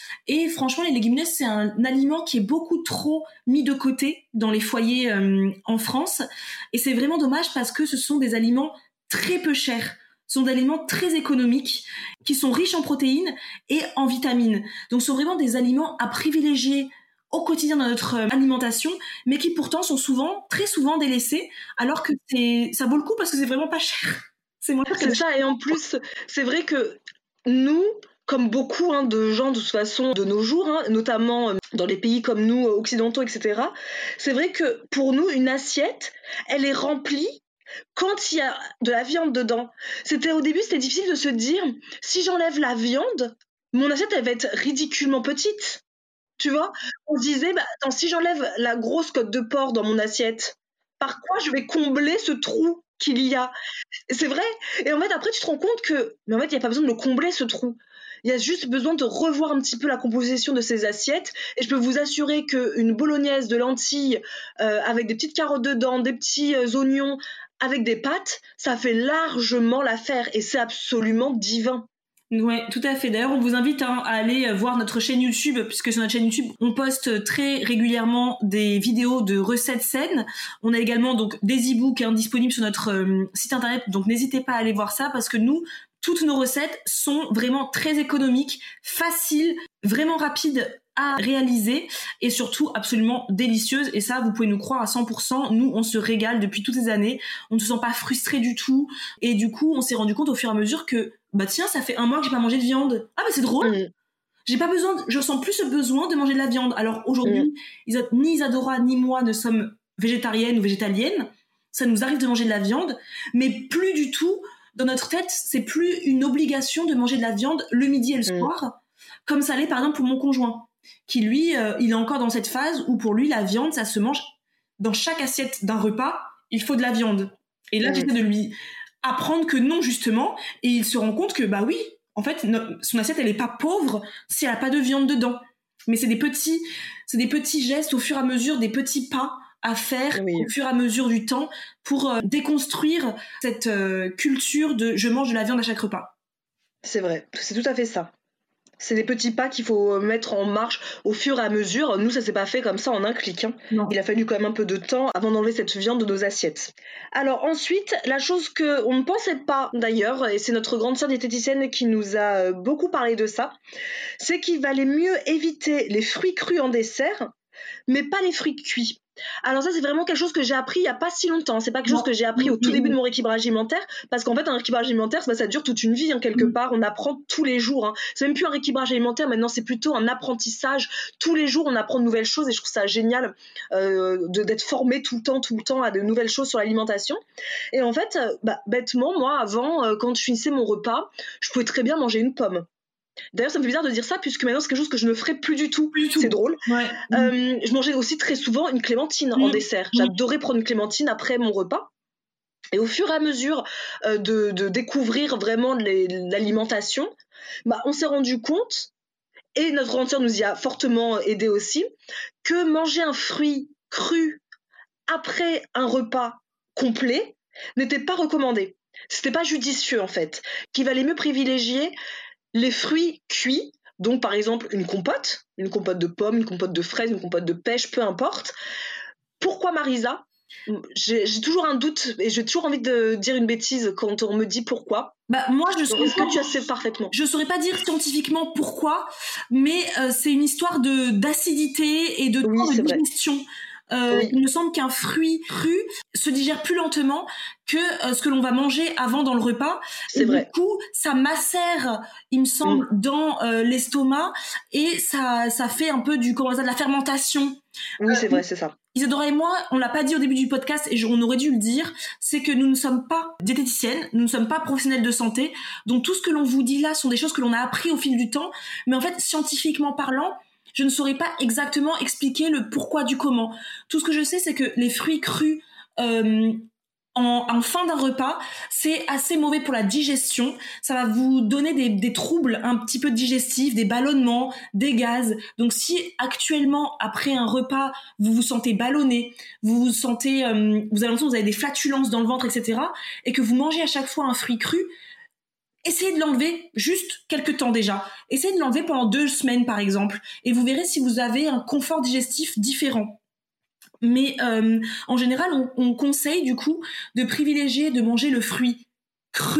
[SPEAKER 5] Et franchement, les légumineuses, c'est un aliment qui est beaucoup trop mis de côté dans les foyers euh, en France. Et c'est vraiment dommage parce que ce sont des aliments très peu chers. Ce sont des aliments très économiques, qui sont riches en protéines et en vitamines. Donc, ce sont vraiment des aliments à privilégier au quotidien dans notre alimentation, mais qui pourtant sont souvent, très souvent délaissés, alors que c'est, ça vaut le coup parce que c'est vraiment pas cher.
[SPEAKER 3] C'est moins cher que c'est ça, et en plus, c'est vrai que nous, comme beaucoup hein, de gens de toute façon de nos jours, hein, notamment dans les pays comme nous, occidentaux, et cetera, c'est vrai que pour nous, une assiette, elle est remplie quand il y a de la viande dedans. C'était, au début, c'était difficile de se dire, si j'enlève la viande, mon assiette, elle va être ridiculement petite. Tu vois, on se disait, bah, attends, si j'enlève la grosse côte de porc dans mon assiette, par quoi je vais combler ce trou qu'il y a ? C'est vrai. Et en fait, après, tu te rends compte que, mais en fait, il n'y a pas besoin de le combler, ce trou. Il y a juste besoin de revoir un petit peu la composition de ces assiettes. Et je peux vous assurer qu'une bolognaise de lentilles euh, avec des petites carottes dedans, des petits euh, oignons, avec des pâtes, ça fait largement l'affaire. Et c'est absolument divin.
[SPEAKER 5] Ouais, tout à fait. D'ailleurs, on vous invite hein, à aller voir notre chaîne YouTube, puisque sur notre chaîne YouTube, on poste très régulièrement des vidéos de recettes saines. On a également donc des e-books hein, disponibles sur notre euh, site internet, donc n'hésitez pas à aller voir ça, parce que nous, toutes nos recettes sont vraiment très économiques, faciles, vraiment rapides à réaliser et surtout absolument délicieuses. Et ça, vous pouvez nous croire à cent pour cent. Nous, on se régale depuis toutes ces années. On ne se sent pas frustré du tout. Et du coup, on s'est rendu compte au fur et à mesure que, bah tiens, ça fait un mois que j'ai pas mangé de viande. Ah bah c'est drôle. Mmh. J'ai pas besoin, de, je sens plus ce besoin de manger de la viande. Alors aujourd'hui, mmh. Isad, ni Isadora ni moi ne sommes végétariennes ou végétaliennes. Ça nous arrive de manger de la viande, mais plus du tout. Dans notre tête, c'est plus une obligation de manger de la viande le midi et le soir, mmh. comme ça l'est par exemple pour mon conjoint, qui lui, euh, il est encore dans cette phase où pour lui, la viande, ça se mange dans chaque assiette d'un repas, il faut de la viande. Et là, mmh. j'essaie de lui apprendre que non, justement, et il se rend compte que, bah oui, en fait, no- son assiette, elle est pas pauvre si elle a pas de viande dedans. mais c'est des petits, c'est des petits gestes au fur et à mesure, des petits pas à faire oui. au fur et à mesure du temps pour euh, déconstruire cette euh, culture de je mange de la viande à chaque repas.
[SPEAKER 3] C'est vrai, c'est tout à fait ça. C'est des petits pas qu'il faut mettre en marche au fur et à mesure. Nous, ça s'est pas fait comme ça en un clic. Hein. Il a fallu quand même un peu de temps avant d'enlever cette viande de nos assiettes. Alors ensuite, la chose qu'on ne pensait pas d'ailleurs, et c'est notre grande sœur diététicienne qui nous a beaucoup parlé de ça, c'est qu'il valait mieux éviter les fruits crus en dessert, mais pas les fruits cuits. Alors ça, c'est vraiment quelque chose que j'ai appris il n'y a pas si longtemps. C'est pas quelque chose que j'ai appris au tout début de mon rééquilibrage alimentaire, parce qu'en fait, un rééquilibrage alimentaire, ça, ça dure toute une vie, hein, quelque part. On apprend tous les jours. Hein. C'est même plus un rééquilibrage alimentaire, maintenant, c'est plutôt un apprentissage. Tous les jours, on apprend de nouvelles choses et je trouve ça génial euh, de, d'être formé tout le temps, tout le temps à de nouvelles choses sur l'alimentation. Et en fait, bah, bêtement, moi, avant, euh, quand je finissais mon repas, je pouvais très bien manger une pomme. D'ailleurs, ça me fait bizarre de dire ça, puisque maintenant, c'est quelque chose que je ne ferai plus du tout. Plus du tout. C'est drôle. Ouais. Euh, je mangeais aussi très souvent une clémentine mmh. en dessert. J'adorais prendre une clémentine après mon repas. Et au fur et à mesure euh, de, de découvrir vraiment les, l'alimentation, bah, on s'est rendu compte, et notre grande sœur nous y a fortement aidé aussi, que manger un fruit cru après un repas complet n'était pas recommandé. C'était pas judicieux, en fait. Qu'il valait mieux privilégier les fruits cuits, donc par exemple une compote, une compote de pommes, une compote de fraises, une compote de pêche, peu importe. Pourquoi Marisa ? j'ai, j'ai toujours un doute et j'ai toujours envie de dire une bêtise quand on me dit pourquoi.
[SPEAKER 5] Bah moi je
[SPEAKER 3] saurais pas, que tu as sais parfaitement.
[SPEAKER 5] Je saurais pas dire scientifiquement pourquoi, mais euh, c'est une histoire de d'acidité et de
[SPEAKER 3] oui,
[SPEAKER 5] temps de digestion. Euh,
[SPEAKER 3] oui.
[SPEAKER 5] Il me semble qu'un fruit cru se digère plus lentement que euh, ce que l'on va manger avant dans le repas.
[SPEAKER 3] C'est
[SPEAKER 5] et
[SPEAKER 3] vrai.
[SPEAKER 5] Du coup, ça macère, il me semble, mmh. dans euh, l'estomac et ça, ça fait un peu du comment ça, de la fermentation.
[SPEAKER 3] Oui,
[SPEAKER 5] euh,
[SPEAKER 3] c'est vrai, c'est ça.
[SPEAKER 5] Isadora et moi, on l'a pas dit au début du podcast et on aurait dû le dire, c'est que nous ne sommes pas diététiciennes, nous ne sommes pas professionnels de santé, donc tout ce que l'on vous dit là sont des choses que l'on a appris au fil du temps, mais en fait, scientifiquement parlant, je ne saurais pas exactement expliquer le pourquoi du comment. Tout ce que je sais, c'est que les fruits crus euh, en, en fin d'un repas, c'est assez mauvais pour la digestion. Ça va vous donner des, des troubles un petit peu digestifs, des ballonnements, des gaz. Donc si actuellement, après un repas, vous vous sentez ballonné, vous vous sentez, euh, vous avez l'impression que vous avez des flatulences dans le ventre, et cetera, et que vous mangez à chaque fois un fruit cru, essayez de l'enlever juste quelques temps déjà. Essayez de l'enlever pendant deux semaines par exemple et vous verrez si vous avez un confort digestif différent. Mais euh, en général, on, on conseille du coup de privilégier de manger le fruit cru.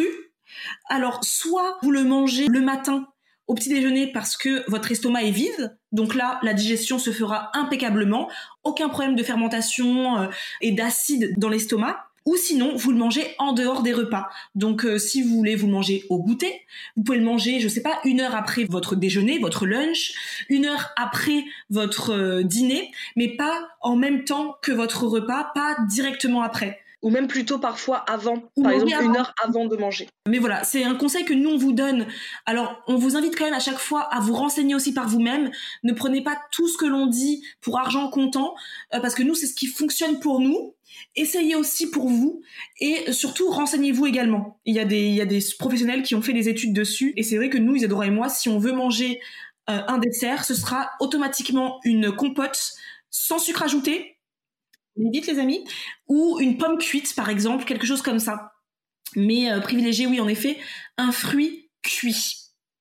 [SPEAKER 5] Alors soit vous le mangez le matin au petit déjeuner parce que votre estomac est vide, donc là la digestion se fera impeccablement, aucun problème de fermentation euh, et d'acide dans l'estomac. Ou sinon, vous le mangez en dehors des repas. Donc, euh, si vous voulez vous le manger au goûter, vous pouvez le manger, je sais pas, une heure après votre déjeuner, votre lunch, une heure après votre euh, dîner, mais pas en même temps que votre repas, pas directement après.
[SPEAKER 3] Ou même plutôt parfois avant,
[SPEAKER 5] Ou
[SPEAKER 3] par exemple
[SPEAKER 5] avant.
[SPEAKER 3] une heure avant de manger.
[SPEAKER 5] Mais voilà, c'est un conseil que nous on vous donne. Alors, on vous invite quand même à chaque fois à vous renseigner aussi par vous-même. Ne prenez pas tout ce que l'on dit pour argent comptant, euh, parce que nous, c'est ce qui fonctionne pour nous. Essayez aussi pour vous et surtout renseignez-vous également. Il y a des, il y a des professionnels qui ont fait des études dessus et c'est vrai que nous, Isadora et moi, si on veut manger euh, un dessert, ce sera automatiquement une compote sans sucre ajouté, vite les amis, ou une pomme cuite par exemple, quelque chose comme ça. Mais euh, privilégiez, oui en effet, un fruit cuit.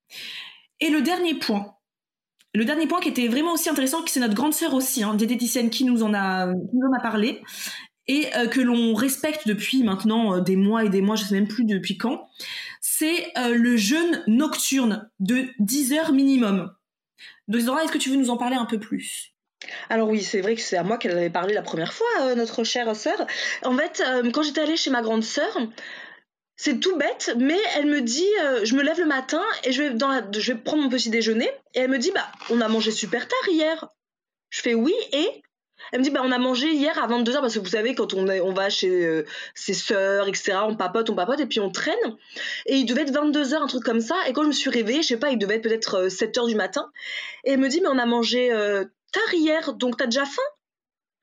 [SPEAKER 5] Et le dernier point, le dernier point qui était vraiment aussi intéressant, qui c'est notre grande sœur aussi, hein, diététicienne qui nous en a, qui nous en a parlé, et euh, que l'on respecte depuis maintenant euh, des mois et des mois, je sais même plus depuis quand, c'est euh, le jeûne nocturne de dix heures minimum. Donc Isadora, est-ce que tu veux nous en parler un peu plus ?
[SPEAKER 3] Alors oui, c'est vrai que c'est à moi qu'elle avait parlé la première fois, euh, notre chère sœur. En fait, euh, quand j'étais allée chez ma grande sœur, c'est tout bête, mais elle me dit, euh, je me lève le matin et je vais, dans la, je vais prendre mon petit déjeuner, et elle me dit, bah, on a mangé super tard hier. Je fais oui, et elle me dit, bah, on a mangé hier à vingt-deux heures, parce que vous savez, quand on, est, on va chez euh, ses sœurs, et cetera, on papote, on papote, et puis on traîne. Et il devait être vingt-deux heures, un truc comme ça. Et quand je me suis réveillée, je sais pas, il devait être peut-être euh, sept heures du matin. Et elle me dit, mais on a mangé euh, tard hier, donc t'as déjà faim ?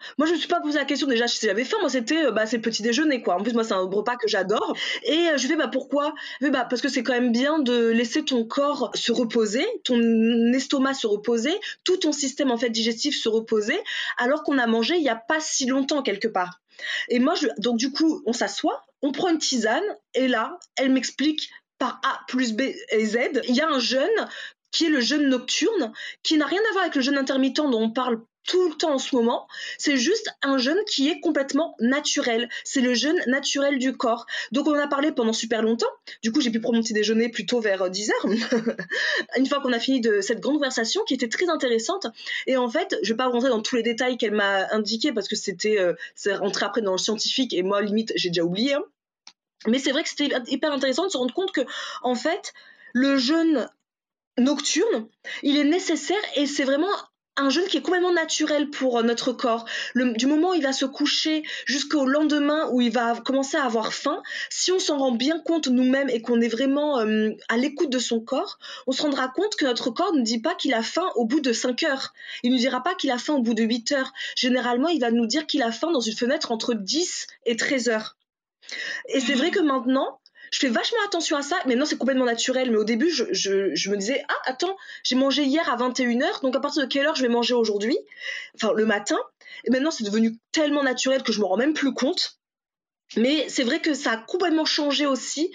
[SPEAKER 3] Moi, je me suis pas posé la question déjà si j'avais faim. Moi, c'était bah, c'est le petit déjeuner, quoi. En plus, moi, c'est un repas que j'adore. Et euh, je lui fais bah pourquoi je fais, bah parce que c'est quand même bien de laisser ton corps se reposer, ton estomac se reposer, tout ton système en fait digestif se reposer, alors qu'on a mangé il y a pas si longtemps quelque part. Et moi, je... donc du coup, on s'assoit, on prend une tisane, et là, elle m'explique par A plus B et Z, il y a un jeûne qui est le jeûne nocturne, qui n'a rien à voir avec le jeûne intermittent dont on parle tout le temps en ce moment. C'est juste un jeûne qui est complètement naturel. C'est le jeûne naturel du corps. Donc on en a parlé pendant super longtemps. Du coup, j'ai pu prendre mon petit déjeuner plutôt vers dix heures. Une fois qu'on a fini de cette grande conversation qui était très intéressante. Et en fait, je vais pas rentrer dans tous les détails qu'elle m'a indiqués parce que c'était euh, c'est rentré après dans le scientifique et moi, limite, j'ai déjà oublié. Hein. Mais c'est vrai que c'était hyper intéressant de se rendre compte que, en fait, le jeûne nocturne, il est nécessaire et c'est vraiment un jeûne qui est complètement naturel pour notre corps. Le, du moment où il va se coucher jusqu'au lendemain où il va commencer à avoir faim, si on s'en rend bien compte nous-mêmes et qu'on est vraiment euh, à l'écoute de son corps, on se rendra compte que notre corps ne dit pas qu'il a faim au bout de cinq heures. Il ne nous dira pas qu'il a faim au bout de huit heures. Généralement, il va nous dire qu'il a faim dans une fenêtre entre dix et treize heures. Et c'est vrai que maintenant, je fais vachement attention à ça. Maintenant, c'est complètement naturel. Mais au début, je, je, je me disais, ah, attends, j'ai mangé hier à vingt et une heures. Donc, à partir de quelle heure je vais manger aujourd'hui ? Enfin, le matin. Et maintenant, c'est devenu tellement naturel que je me rends même plus compte. Mais c'est vrai que ça a complètement changé aussi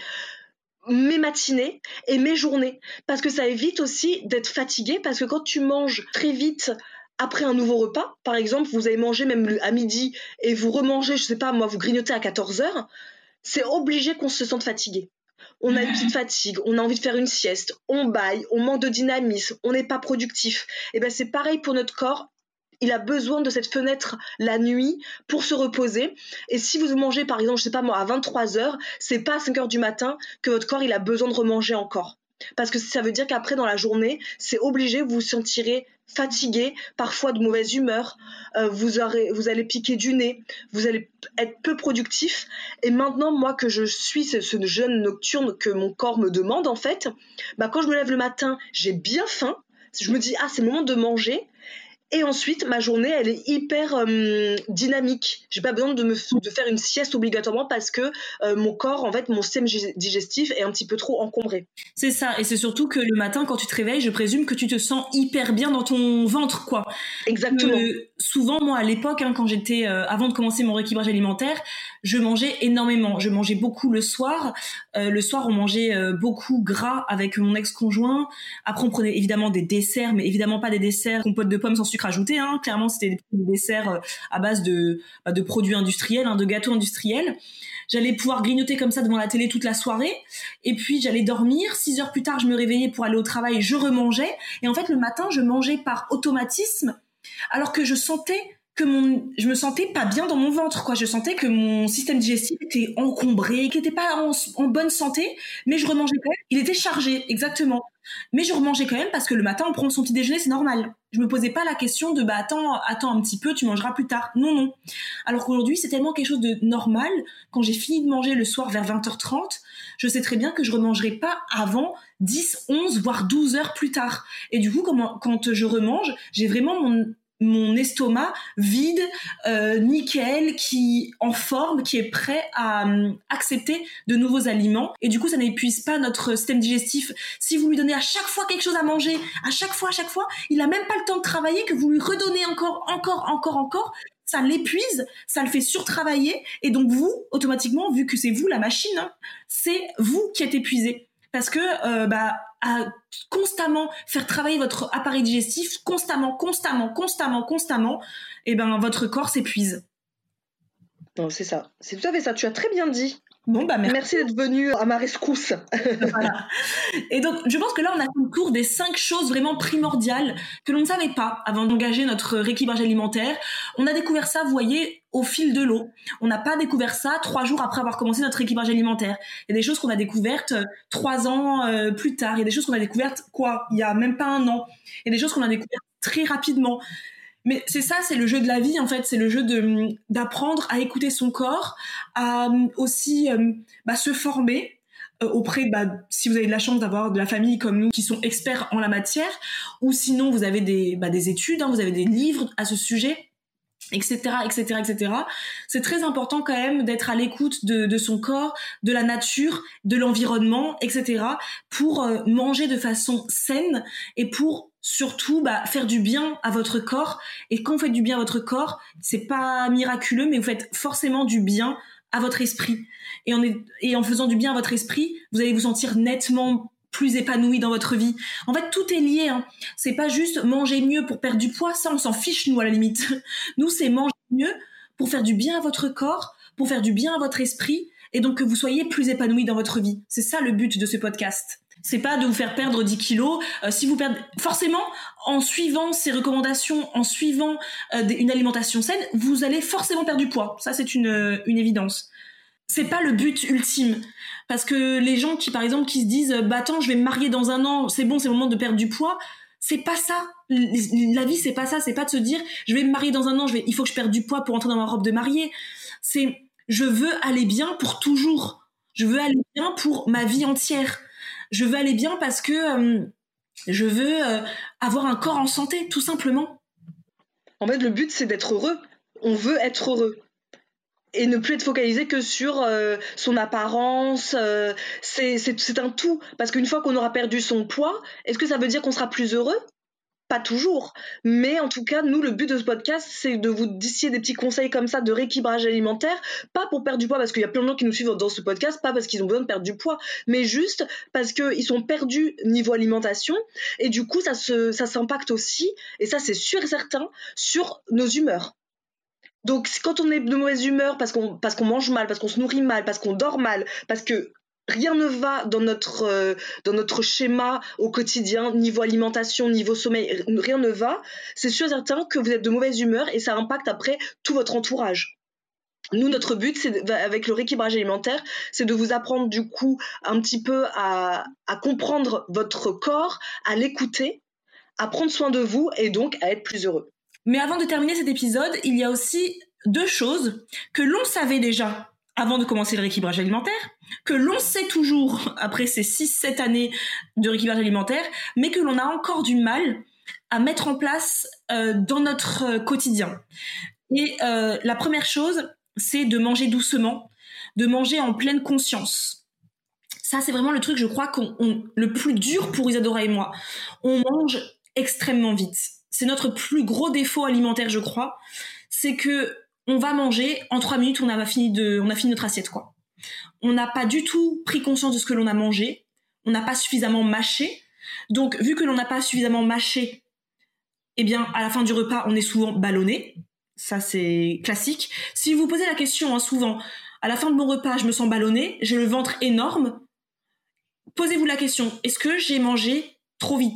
[SPEAKER 3] mes matinées et mes journées. Parce que ça évite aussi d'être fatigué. Parce que quand tu manges très vite après un nouveau repas, par exemple, vous avez mangé même à midi et vous remangez, je sais pas, moi, vous grignotez à quatorze heures, c'est obligé qu'on se sente fatigué. On a une petite fatigue, on a envie de faire une sieste, on bâille, on manque de dynamisme, on n'est pas productif. Et ben c'est pareil pour notre corps. Il a besoin de cette fenêtre la nuit pour se reposer. Et si vous mangez, par exemple, je sais pas moi, à vingt-trois heures, c'est pas à cinq heures du matin que votre corps il a besoin de remanger encore. Parce que ça veut dire qu'après, dans la journée, c'est obligé, vous vous sentirez fatigué, parfois de mauvaise humeur, euh, vous, aurez, vous allez piquer du nez, vous allez être peu productif. Et maintenant, moi, que je suis ce, ce jeûne nocturne que mon corps me demande, en fait, bah, quand je me lève le matin, j'ai bien faim. Je me dis, ah, c'est le moment de manger. Et ensuite, ma journée, elle est hyper euh, dynamique. J'ai pas besoin de me f- de faire une sieste obligatoirement parce que euh, mon corps, en fait, mon système digestif est un petit peu trop encombré.
[SPEAKER 5] C'est ça, et c'est surtout que le matin, quand tu te réveilles, je présume que tu te sens hyper bien dans ton ventre, quoi.
[SPEAKER 3] Exactement.
[SPEAKER 5] Que, souvent, moi, à l'époque, hein, quand j'étais, euh, avant de commencer mon rééquilibrage alimentaire, je mangeais énormément. Je mangeais beaucoup le soir. Euh, le soir, on mangeait euh, beaucoup gras avec mon ex-conjoint. Après, on prenait évidemment des desserts, mais évidemment pas des desserts compote de pommes sans sucre ajouté. Hein. Clairement, c'était des desserts euh, à base de, bah, de produits industriels, hein, de gâteaux industriels. J'allais pouvoir grignoter comme ça devant la télé toute la soirée. Et puis, j'allais dormir. Six heures plus tard, je me réveillais pour aller au travail. Je remangeais. Et en fait, le matin, je mangeais par automatisme, alors que je sentais que mon, je me sentais pas bien dans mon ventre, quoi. Je sentais que mon système digestif était encombré, qu'il était pas en, en bonne santé, mais je remangeais quand même. Il était chargé, exactement. Mais je remangeais quand même parce que le matin, on prend son petit déjeuner, c'est normal. Je me posais pas la question de, bah, attends, attends un petit peu, tu mangeras plus tard. Non, non. Alors qu'aujourd'hui, c'est tellement quelque chose de normal. Quand j'ai fini de manger le soir vers vingt heures trente, je sais très bien que je remangerai pas avant dix, onze, voire douze heures plus tard. Et du coup, quand, quand je remange, j'ai vraiment mon, mon estomac vide, euh, nickel, qui en forme, qui est prêt à euh, accepter de nouveaux aliments. Et du coup, ça n'épuise pas notre système digestif. Si vous lui donnez à chaque fois quelque chose à manger, à chaque fois, à chaque fois, il a même pas le temps de travailler, que vous lui redonnez encore, encore, encore, encore, ça l'épuise, ça le fait surtravailler. Et donc vous, automatiquement, vu que c'est vous la machine, hein, c'est vous qui êtes épuisé. Parce que euh, bah, à constamment faire travailler votre appareil digestif, constamment, constamment, constamment, constamment, et ben votre corps s'épuise.
[SPEAKER 3] Non, c'est ça. C'est tout à fait ça. Tu as très bien dit.
[SPEAKER 5] Bon, bah merci.
[SPEAKER 3] Merci d'être venu à ma rescousse.
[SPEAKER 5] Voilà. Et donc, je pense que là, on a fait le tour des cinq choses vraiment primordiales que l'on ne savait pas avant d'engager notre rééquilibrage alimentaire. On a découvert ça, vous voyez, au fil de l'eau. On n'a pas découvert ça trois jours après avoir commencé notre rééquilibrage alimentaire. Il y a des choses qu'on a découvertes trois ans euh, plus tard. Il y a des choses qu'on a découvertes, quoi, il y a même pas un an. Il y a des choses qu'on a découvertes très rapidement. Mais c'est ça, c'est le jeu de la vie, en fait. C'est le jeu de, d'apprendre à écouter son corps, à aussi euh, bah, se former euh, auprès, bah, si vous avez de la chance d'avoir de la famille comme nous qui sont experts en la matière, ou sinon vous avez des, bah, des études, hein, vous avez des livres à ce sujet. et cetera, et cetera, et cetera. C'est très important quand même d'être à l'écoute de, de son corps, de la nature, de l'environnement, et cetera, pour euh, manger de façon saine et pour surtout bah, faire du bien à votre corps. Et quand vous faites du bien à votre corps, c'est pas miraculeux, mais vous faites forcément du bien à votre esprit. Et en, est, et en faisant du bien à votre esprit, vous allez vous sentir nettement plus épanoui dans votre vie. En fait, tout est lié. Hein. C'est pas juste manger mieux pour perdre du poids, ça on s'en fiche nous à la limite. Nous, c'est manger mieux pour faire du bien à votre corps, pour faire du bien à votre esprit, et donc que vous soyez plus épanoui dans votre vie. C'est ça le but de ce podcast. C'est pas de vous faire perdre dix kilos. Euh, si vous perdez, forcément, en suivant ces recommandations, en suivant euh, une alimentation saine, vous allez forcément perdre du poids. Ça, c'est une, une évidence. C'est pas le but ultime. Parce que les gens qui, par exemple, qui se disent « Bah attends, je vais me marier dans un an, c'est bon, c'est le moment de perdre du poids », c'est pas ça. La vie, c'est pas ça. C'est pas de se dire « Je vais me marier dans un an, je vais, il faut que je perde du poids pour entrer dans ma robe de mariée ». C'est « Je veux aller bien pour toujours. Je veux aller bien pour ma vie entière. Je veux aller bien parce que euh, je veux euh, avoir un corps en santé, tout simplement. »
[SPEAKER 3] En fait, le but, c'est d'être heureux. On veut être heureux. Et ne plus être focalisé que sur euh, son apparence, euh, c'est, c'est, c'est un tout. Parce qu'une fois qu'on aura perdu son poids, est-ce que ça veut dire qu'on sera plus heureux ? Pas toujours. Mais en tout cas, nous, le but de ce podcast, c'est de vous distiller des petits conseils comme ça de rééquilibrage alimentaire, pas pour perdre du poids, parce qu'il y a plein de gens qui nous suivent dans ce podcast, pas parce qu'ils ont besoin de perdre du poids, mais juste parce qu'ils sont perdus niveau alimentation, et du coup, ça, se, ça s'impacte aussi, et ça c'est sûr et certain, sur nos humeurs. Donc quand on est de mauvaise humeur parce qu'on, parce qu'on mange mal, parce qu'on se nourrit mal, parce qu'on dort mal, parce que rien ne va dans notre, euh, dans notre schéma au quotidien, niveau alimentation, niveau sommeil, rien ne va, c'est sûr et certain que vous êtes de mauvaise humeur et ça impacte après tout votre entourage. Nous, notre but, c'est avec le rééquilibrage alimentaire, c'est de vous apprendre du coup un petit peu à, à comprendre votre corps, à l'écouter, à prendre soin de vous et donc à être plus heureux.
[SPEAKER 5] Mais avant de terminer cet épisode, il y a aussi deux choses que l'on savait déjà avant de commencer le rééquilibrage alimentaire, que l'on sait toujours après ces six sept années de rééquilibrage alimentaire, mais que l'on a encore du mal à mettre en place euh, dans notre quotidien. Et euh, la première chose, c'est de manger doucement, de manger en pleine conscience. Ça, c'est vraiment le truc, je crois, qu'on, on, le plus dur pour Isadora et moi. On mange extrêmement vite. C'est notre plus gros défaut alimentaire, je crois. C'est que on va manger, en trois minutes, on a fini, de, on a fini notre assiette, quoi. On n'a pas du tout pris conscience de ce que l'on a mangé. On n'a pas suffisamment mâché. Donc, vu que l'on n'a pas suffisamment mâché, eh bien, à la fin du repas, on est souvent ballonné. Ça, c'est classique. Si vous vous posez la question, hein, souvent, à la fin de mon repas, je me sens ballonné, j'ai le ventre énorme. Posez-vous la question, est-ce que j'ai mangé trop vite ?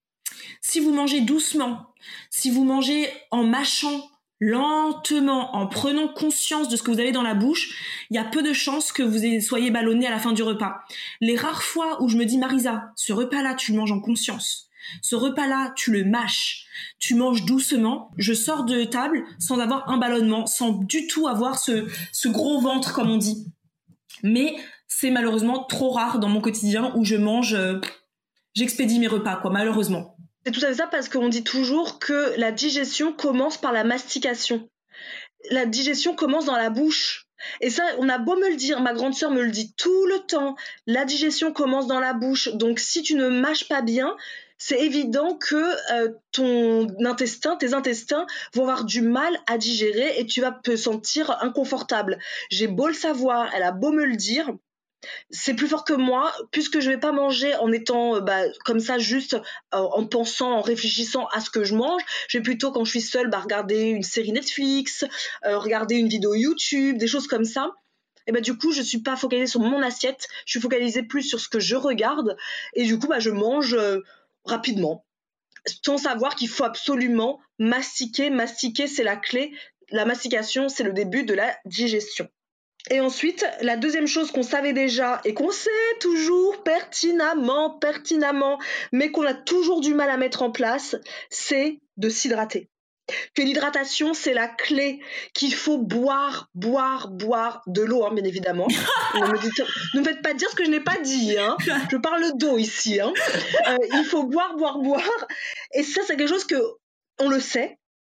[SPEAKER 5] Si vous mangez doucement, si vous mangez en mâchant lentement, en prenant conscience de ce que vous avez dans la bouche, il y a peu de chances que vous soyez ballonné à la fin du repas. Les rares fois où je me dis, Marisa, ce repas-là, tu le manges en conscience. Ce repas-là, tu le mâches. Tu manges doucement. Je sors de table sans avoir un ballonnement, sans du tout avoir ce, ce gros ventre, comme on dit. Mais c'est malheureusement trop rare dans mon quotidien où je mange, euh, j'expédie mes repas, quoi, malheureusement.
[SPEAKER 3] C'est tout à fait ça parce qu'on dit toujours que la digestion commence par la mastication. La digestion commence dans la bouche. Et ça, on a beau me le dire, ma grande sœur me le dit tout le temps, la digestion commence dans la bouche. Donc si tu ne mâches pas bien, c'est évident que euh, ton intestin, tes intestins vont avoir du mal à digérer et tu vas te sentir inconfortable. J'ai beau le savoir, elle a beau me le dire, c'est plus fort que moi, puisque je vais pas manger en étant bah, comme ça juste euh, en pensant, en réfléchissant à ce que je mange. Je vais plutôt, quand je suis seule, bah, regarder une série Netflix, euh, regarder une vidéo YouTube, des choses comme ça. Et bah, du coup, je suis pas focalisée sur mon assiette, je suis focalisée plus sur ce que je regarde et du coup, bah, je mange euh, rapidement, sans savoir qu'il faut absolument mastiquer. Mastiquer, c'est la clé. La mastication, c'est le début de la digestion. Et ensuite, la deuxième chose qu'on savait déjà et qu'on sait toujours pertinemment, pertinemment, mais qu'on a toujours du mal à mettre en place, c'est de s'hydrater. Que l'hydratation, c'est la clé, qu'il faut boire, boire, boire de l'eau, hein, bien évidemment. Ne me, dites, ne me faites pas dire ce que je n'ai pas dit, hein. Je parle d'eau ici. Hein. Euh, il faut boire, boire, boire. Et ça, c'est quelque chose que on le sait.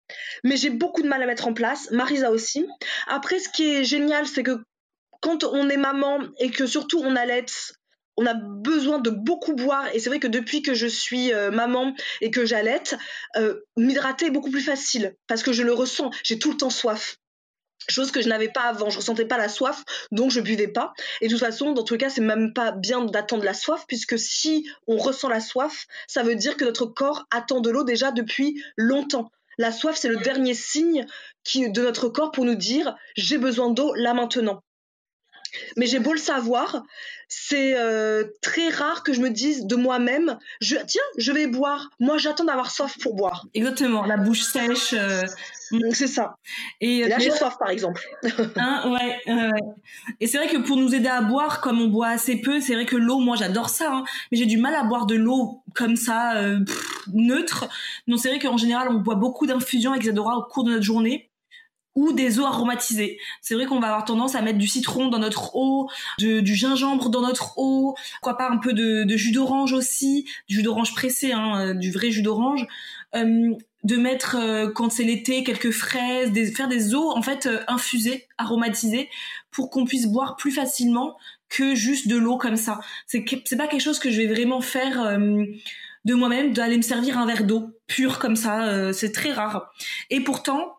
[SPEAKER 3] Mais j'ai beaucoup de mal à mettre en place, Marisa aussi. Après, ce qui est génial, c'est que quand on est maman et que surtout on allaite, on a besoin de beaucoup boire. Et c'est vrai que depuis que je suis euh, maman et que j'allaite, euh, m'hydrater est beaucoup plus facile parce que je le ressens. J'ai tout le temps soif. Chose que je n'avais pas avant, je ressentais pas la soif, donc je buvais pas. Et de toute façon, dans tous les cas, c'est même pas bien d'attendre la soif, puisque si on ressent la soif, ça veut dire que notre corps attend de l'eau déjà depuis longtemps. La soif, c'est le dernier signe qui, de notre corps pour nous dire « j'ai besoin d'eau là maintenant ». Mais j'ai beau le savoir, c'est euh, très rare que je me dise de moi-même je, « tiens, je vais boire ». Moi, j'attends d'avoir soif pour boire.
[SPEAKER 5] Exactement, la bouche sèche. Euh...
[SPEAKER 3] Donc c'est ça. Et, et là, j'ai soif, par exemple.
[SPEAKER 5] Hein, ouais, euh, ouais. Et c'est vrai que pour nous aider à boire, comme on boit assez peu, c'est vrai que l'eau, moi, j'adore ça, hein, mais j'ai du mal à boire de l'eau comme ça, euh, pff, neutre. Donc c'est vrai qu'en général, on boit beaucoup d'infusions avec Isadora au cours de notre journée. Ou des eaux aromatisées. C'est vrai qu'on va avoir tendance à mettre du citron dans notre eau, de, du gingembre dans notre eau, pourquoi pas un peu de, de jus d'orange aussi, du jus d'orange pressé, hein, du vrai jus d'orange. Euh, de mettre, euh, quand c'est l'été, quelques fraises, des, faire des eaux en fait euh, infusées, aromatisées, pour qu'on puisse boire plus facilement que juste de l'eau comme ça. C'est, c'est pas quelque chose que je vais vraiment faire euh, de moi-même, d'aller me servir un verre d'eau pur comme ça. Euh, c'est très rare. Et pourtant,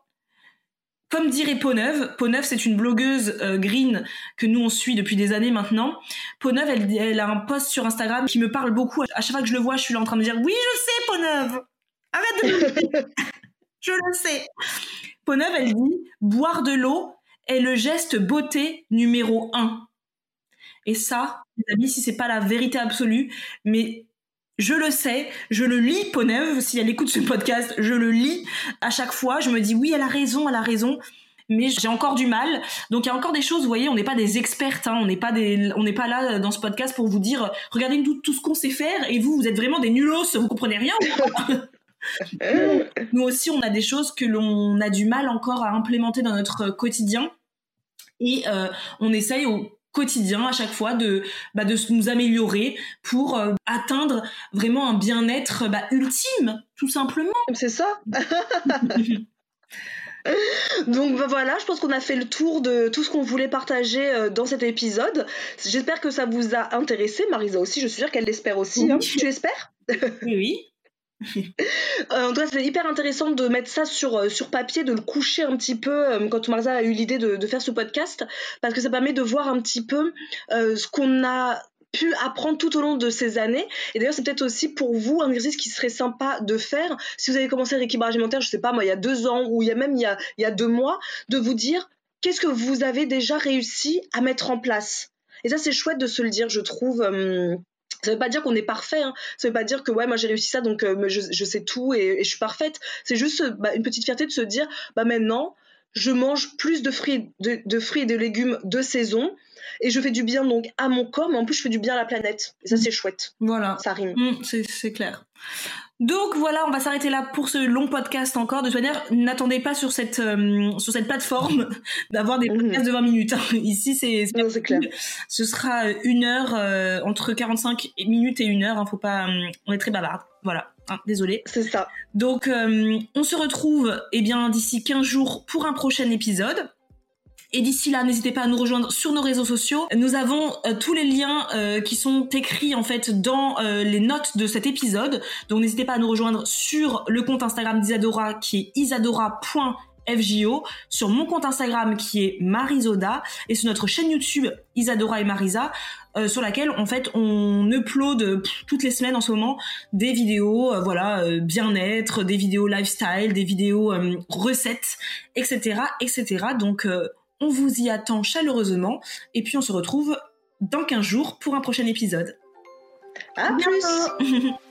[SPEAKER 5] comme dirait Peau-Neuve, Peau-Neuve c'est une blogueuse euh, green que nous on suit depuis des années maintenant. Peau-Neuve, elle, elle a un post sur Instagram qui me parle beaucoup. À chaque fois que je le vois, je suis là en train de me dire « Oui, je sais, Peau-Neuve, arrête de me dire, je le sais ». Peau-Neuve, elle dit « Boire de l'eau est le geste beauté numéro un ». Et ça, les amis, si c'est pas la vérité absolue, mais... je le sais, je le lis, Peau-Neuve, si elle écoute ce podcast, je le lis à chaque fois, je me dis oui, elle a raison, elle a raison, mais j'ai encore du mal. Donc il y a encore des choses, vous voyez, on n'est pas des expertes, hein, on n'est pas des, on n'est pas là dans ce podcast pour vous dire regardez tout, tout ce qu'on sait faire et vous, vous êtes vraiment des nulos, vous comprenez rien. nous, nous aussi, on a des choses que l'on a du mal encore à implémenter dans notre quotidien et euh, on essaye au quotidien à chaque fois de bah de nous améliorer pour euh, atteindre vraiment un bien-être bah, ultime tout simplement.
[SPEAKER 3] C'est ça. Donc bah voilà, je pense qu'on a fait le tour de tout ce qu'on voulait partager euh, dans cet épisode. J'espère que ça vous a intéressé, Marisa aussi, je suis sûre qu'elle l'espère aussi. Oui. Hein. Tu espères?
[SPEAKER 5] Oui, oui.
[SPEAKER 3] euh, en tout cas, c'est hyper intéressant de mettre ça sur, sur papier, de le coucher un petit peu euh, quand Marisa a eu l'idée de, de faire ce podcast, parce que ça permet de voir un petit peu euh, ce qu'on a pu apprendre tout au long de ces années. Et d'ailleurs, c'est peut-être aussi pour vous un exercice qui serait sympa de faire si vous avez commencé le rééquilibrage alimentaire, je sais pas moi, il y a deux ans ou il y a même il y a, il y a deux mois, de vous dire qu'est-ce que vous avez déjà réussi à mettre en place. Et ça, c'est chouette de se le dire, je trouve. Euh, Ça veut pas dire qu'on est parfait, hein. Ça veut pas dire que ouais moi j'ai réussi ça donc euh, je, je sais tout et, et je suis parfaite. C'est juste bah, une petite fierté de se dire bah maintenant je mange plus de fruits, de, de fruits et de légumes de saison et je fais du bien donc à mon corps mais en plus je fais du bien à la planète et ça c'est chouette.
[SPEAKER 5] Voilà.
[SPEAKER 3] Ça rime.
[SPEAKER 5] Mmh, c'est, c'est clair. Donc voilà, on va s'arrêter là pour ce long podcast encore. De toute manière, n'attendez pas sur cette euh, sur cette plateforme d'avoir des podcasts mmh. de vingt minutes. Hein. Ici, c'est, c'est,
[SPEAKER 3] non, c'est clair.
[SPEAKER 5] Ce sera une heure, euh, entre quarante-cinq minutes et une heure. Hein, faut pas, euh, on est très bavarde. Voilà, hein, désolé.
[SPEAKER 3] C'est ça.
[SPEAKER 5] Donc, euh, on se retrouve eh bien d'ici quinze jours pour un prochain épisode. Et d'ici là, n'hésitez pas à nous rejoindre sur nos réseaux sociaux. Nous avons euh, tous les liens euh, qui sont écrits en fait dans euh, les notes de cet épisode. Donc n'hésitez pas à nous rejoindre sur le compte Instagram d'Isadora qui est isadora point f j o, sur mon compte Instagram qui est Marisoda et sur notre chaîne YouTube Isadora et Marisa euh, sur laquelle en fait on upload pff, toutes les semaines en ce moment des vidéos euh, voilà euh, bien-être, des vidéos lifestyle, des vidéos euh, recettes, et cetera et cetera. Donc euh, on vous y attend chaleureusement et puis on se retrouve dans quinze jours pour un prochain épisode.
[SPEAKER 3] À plus.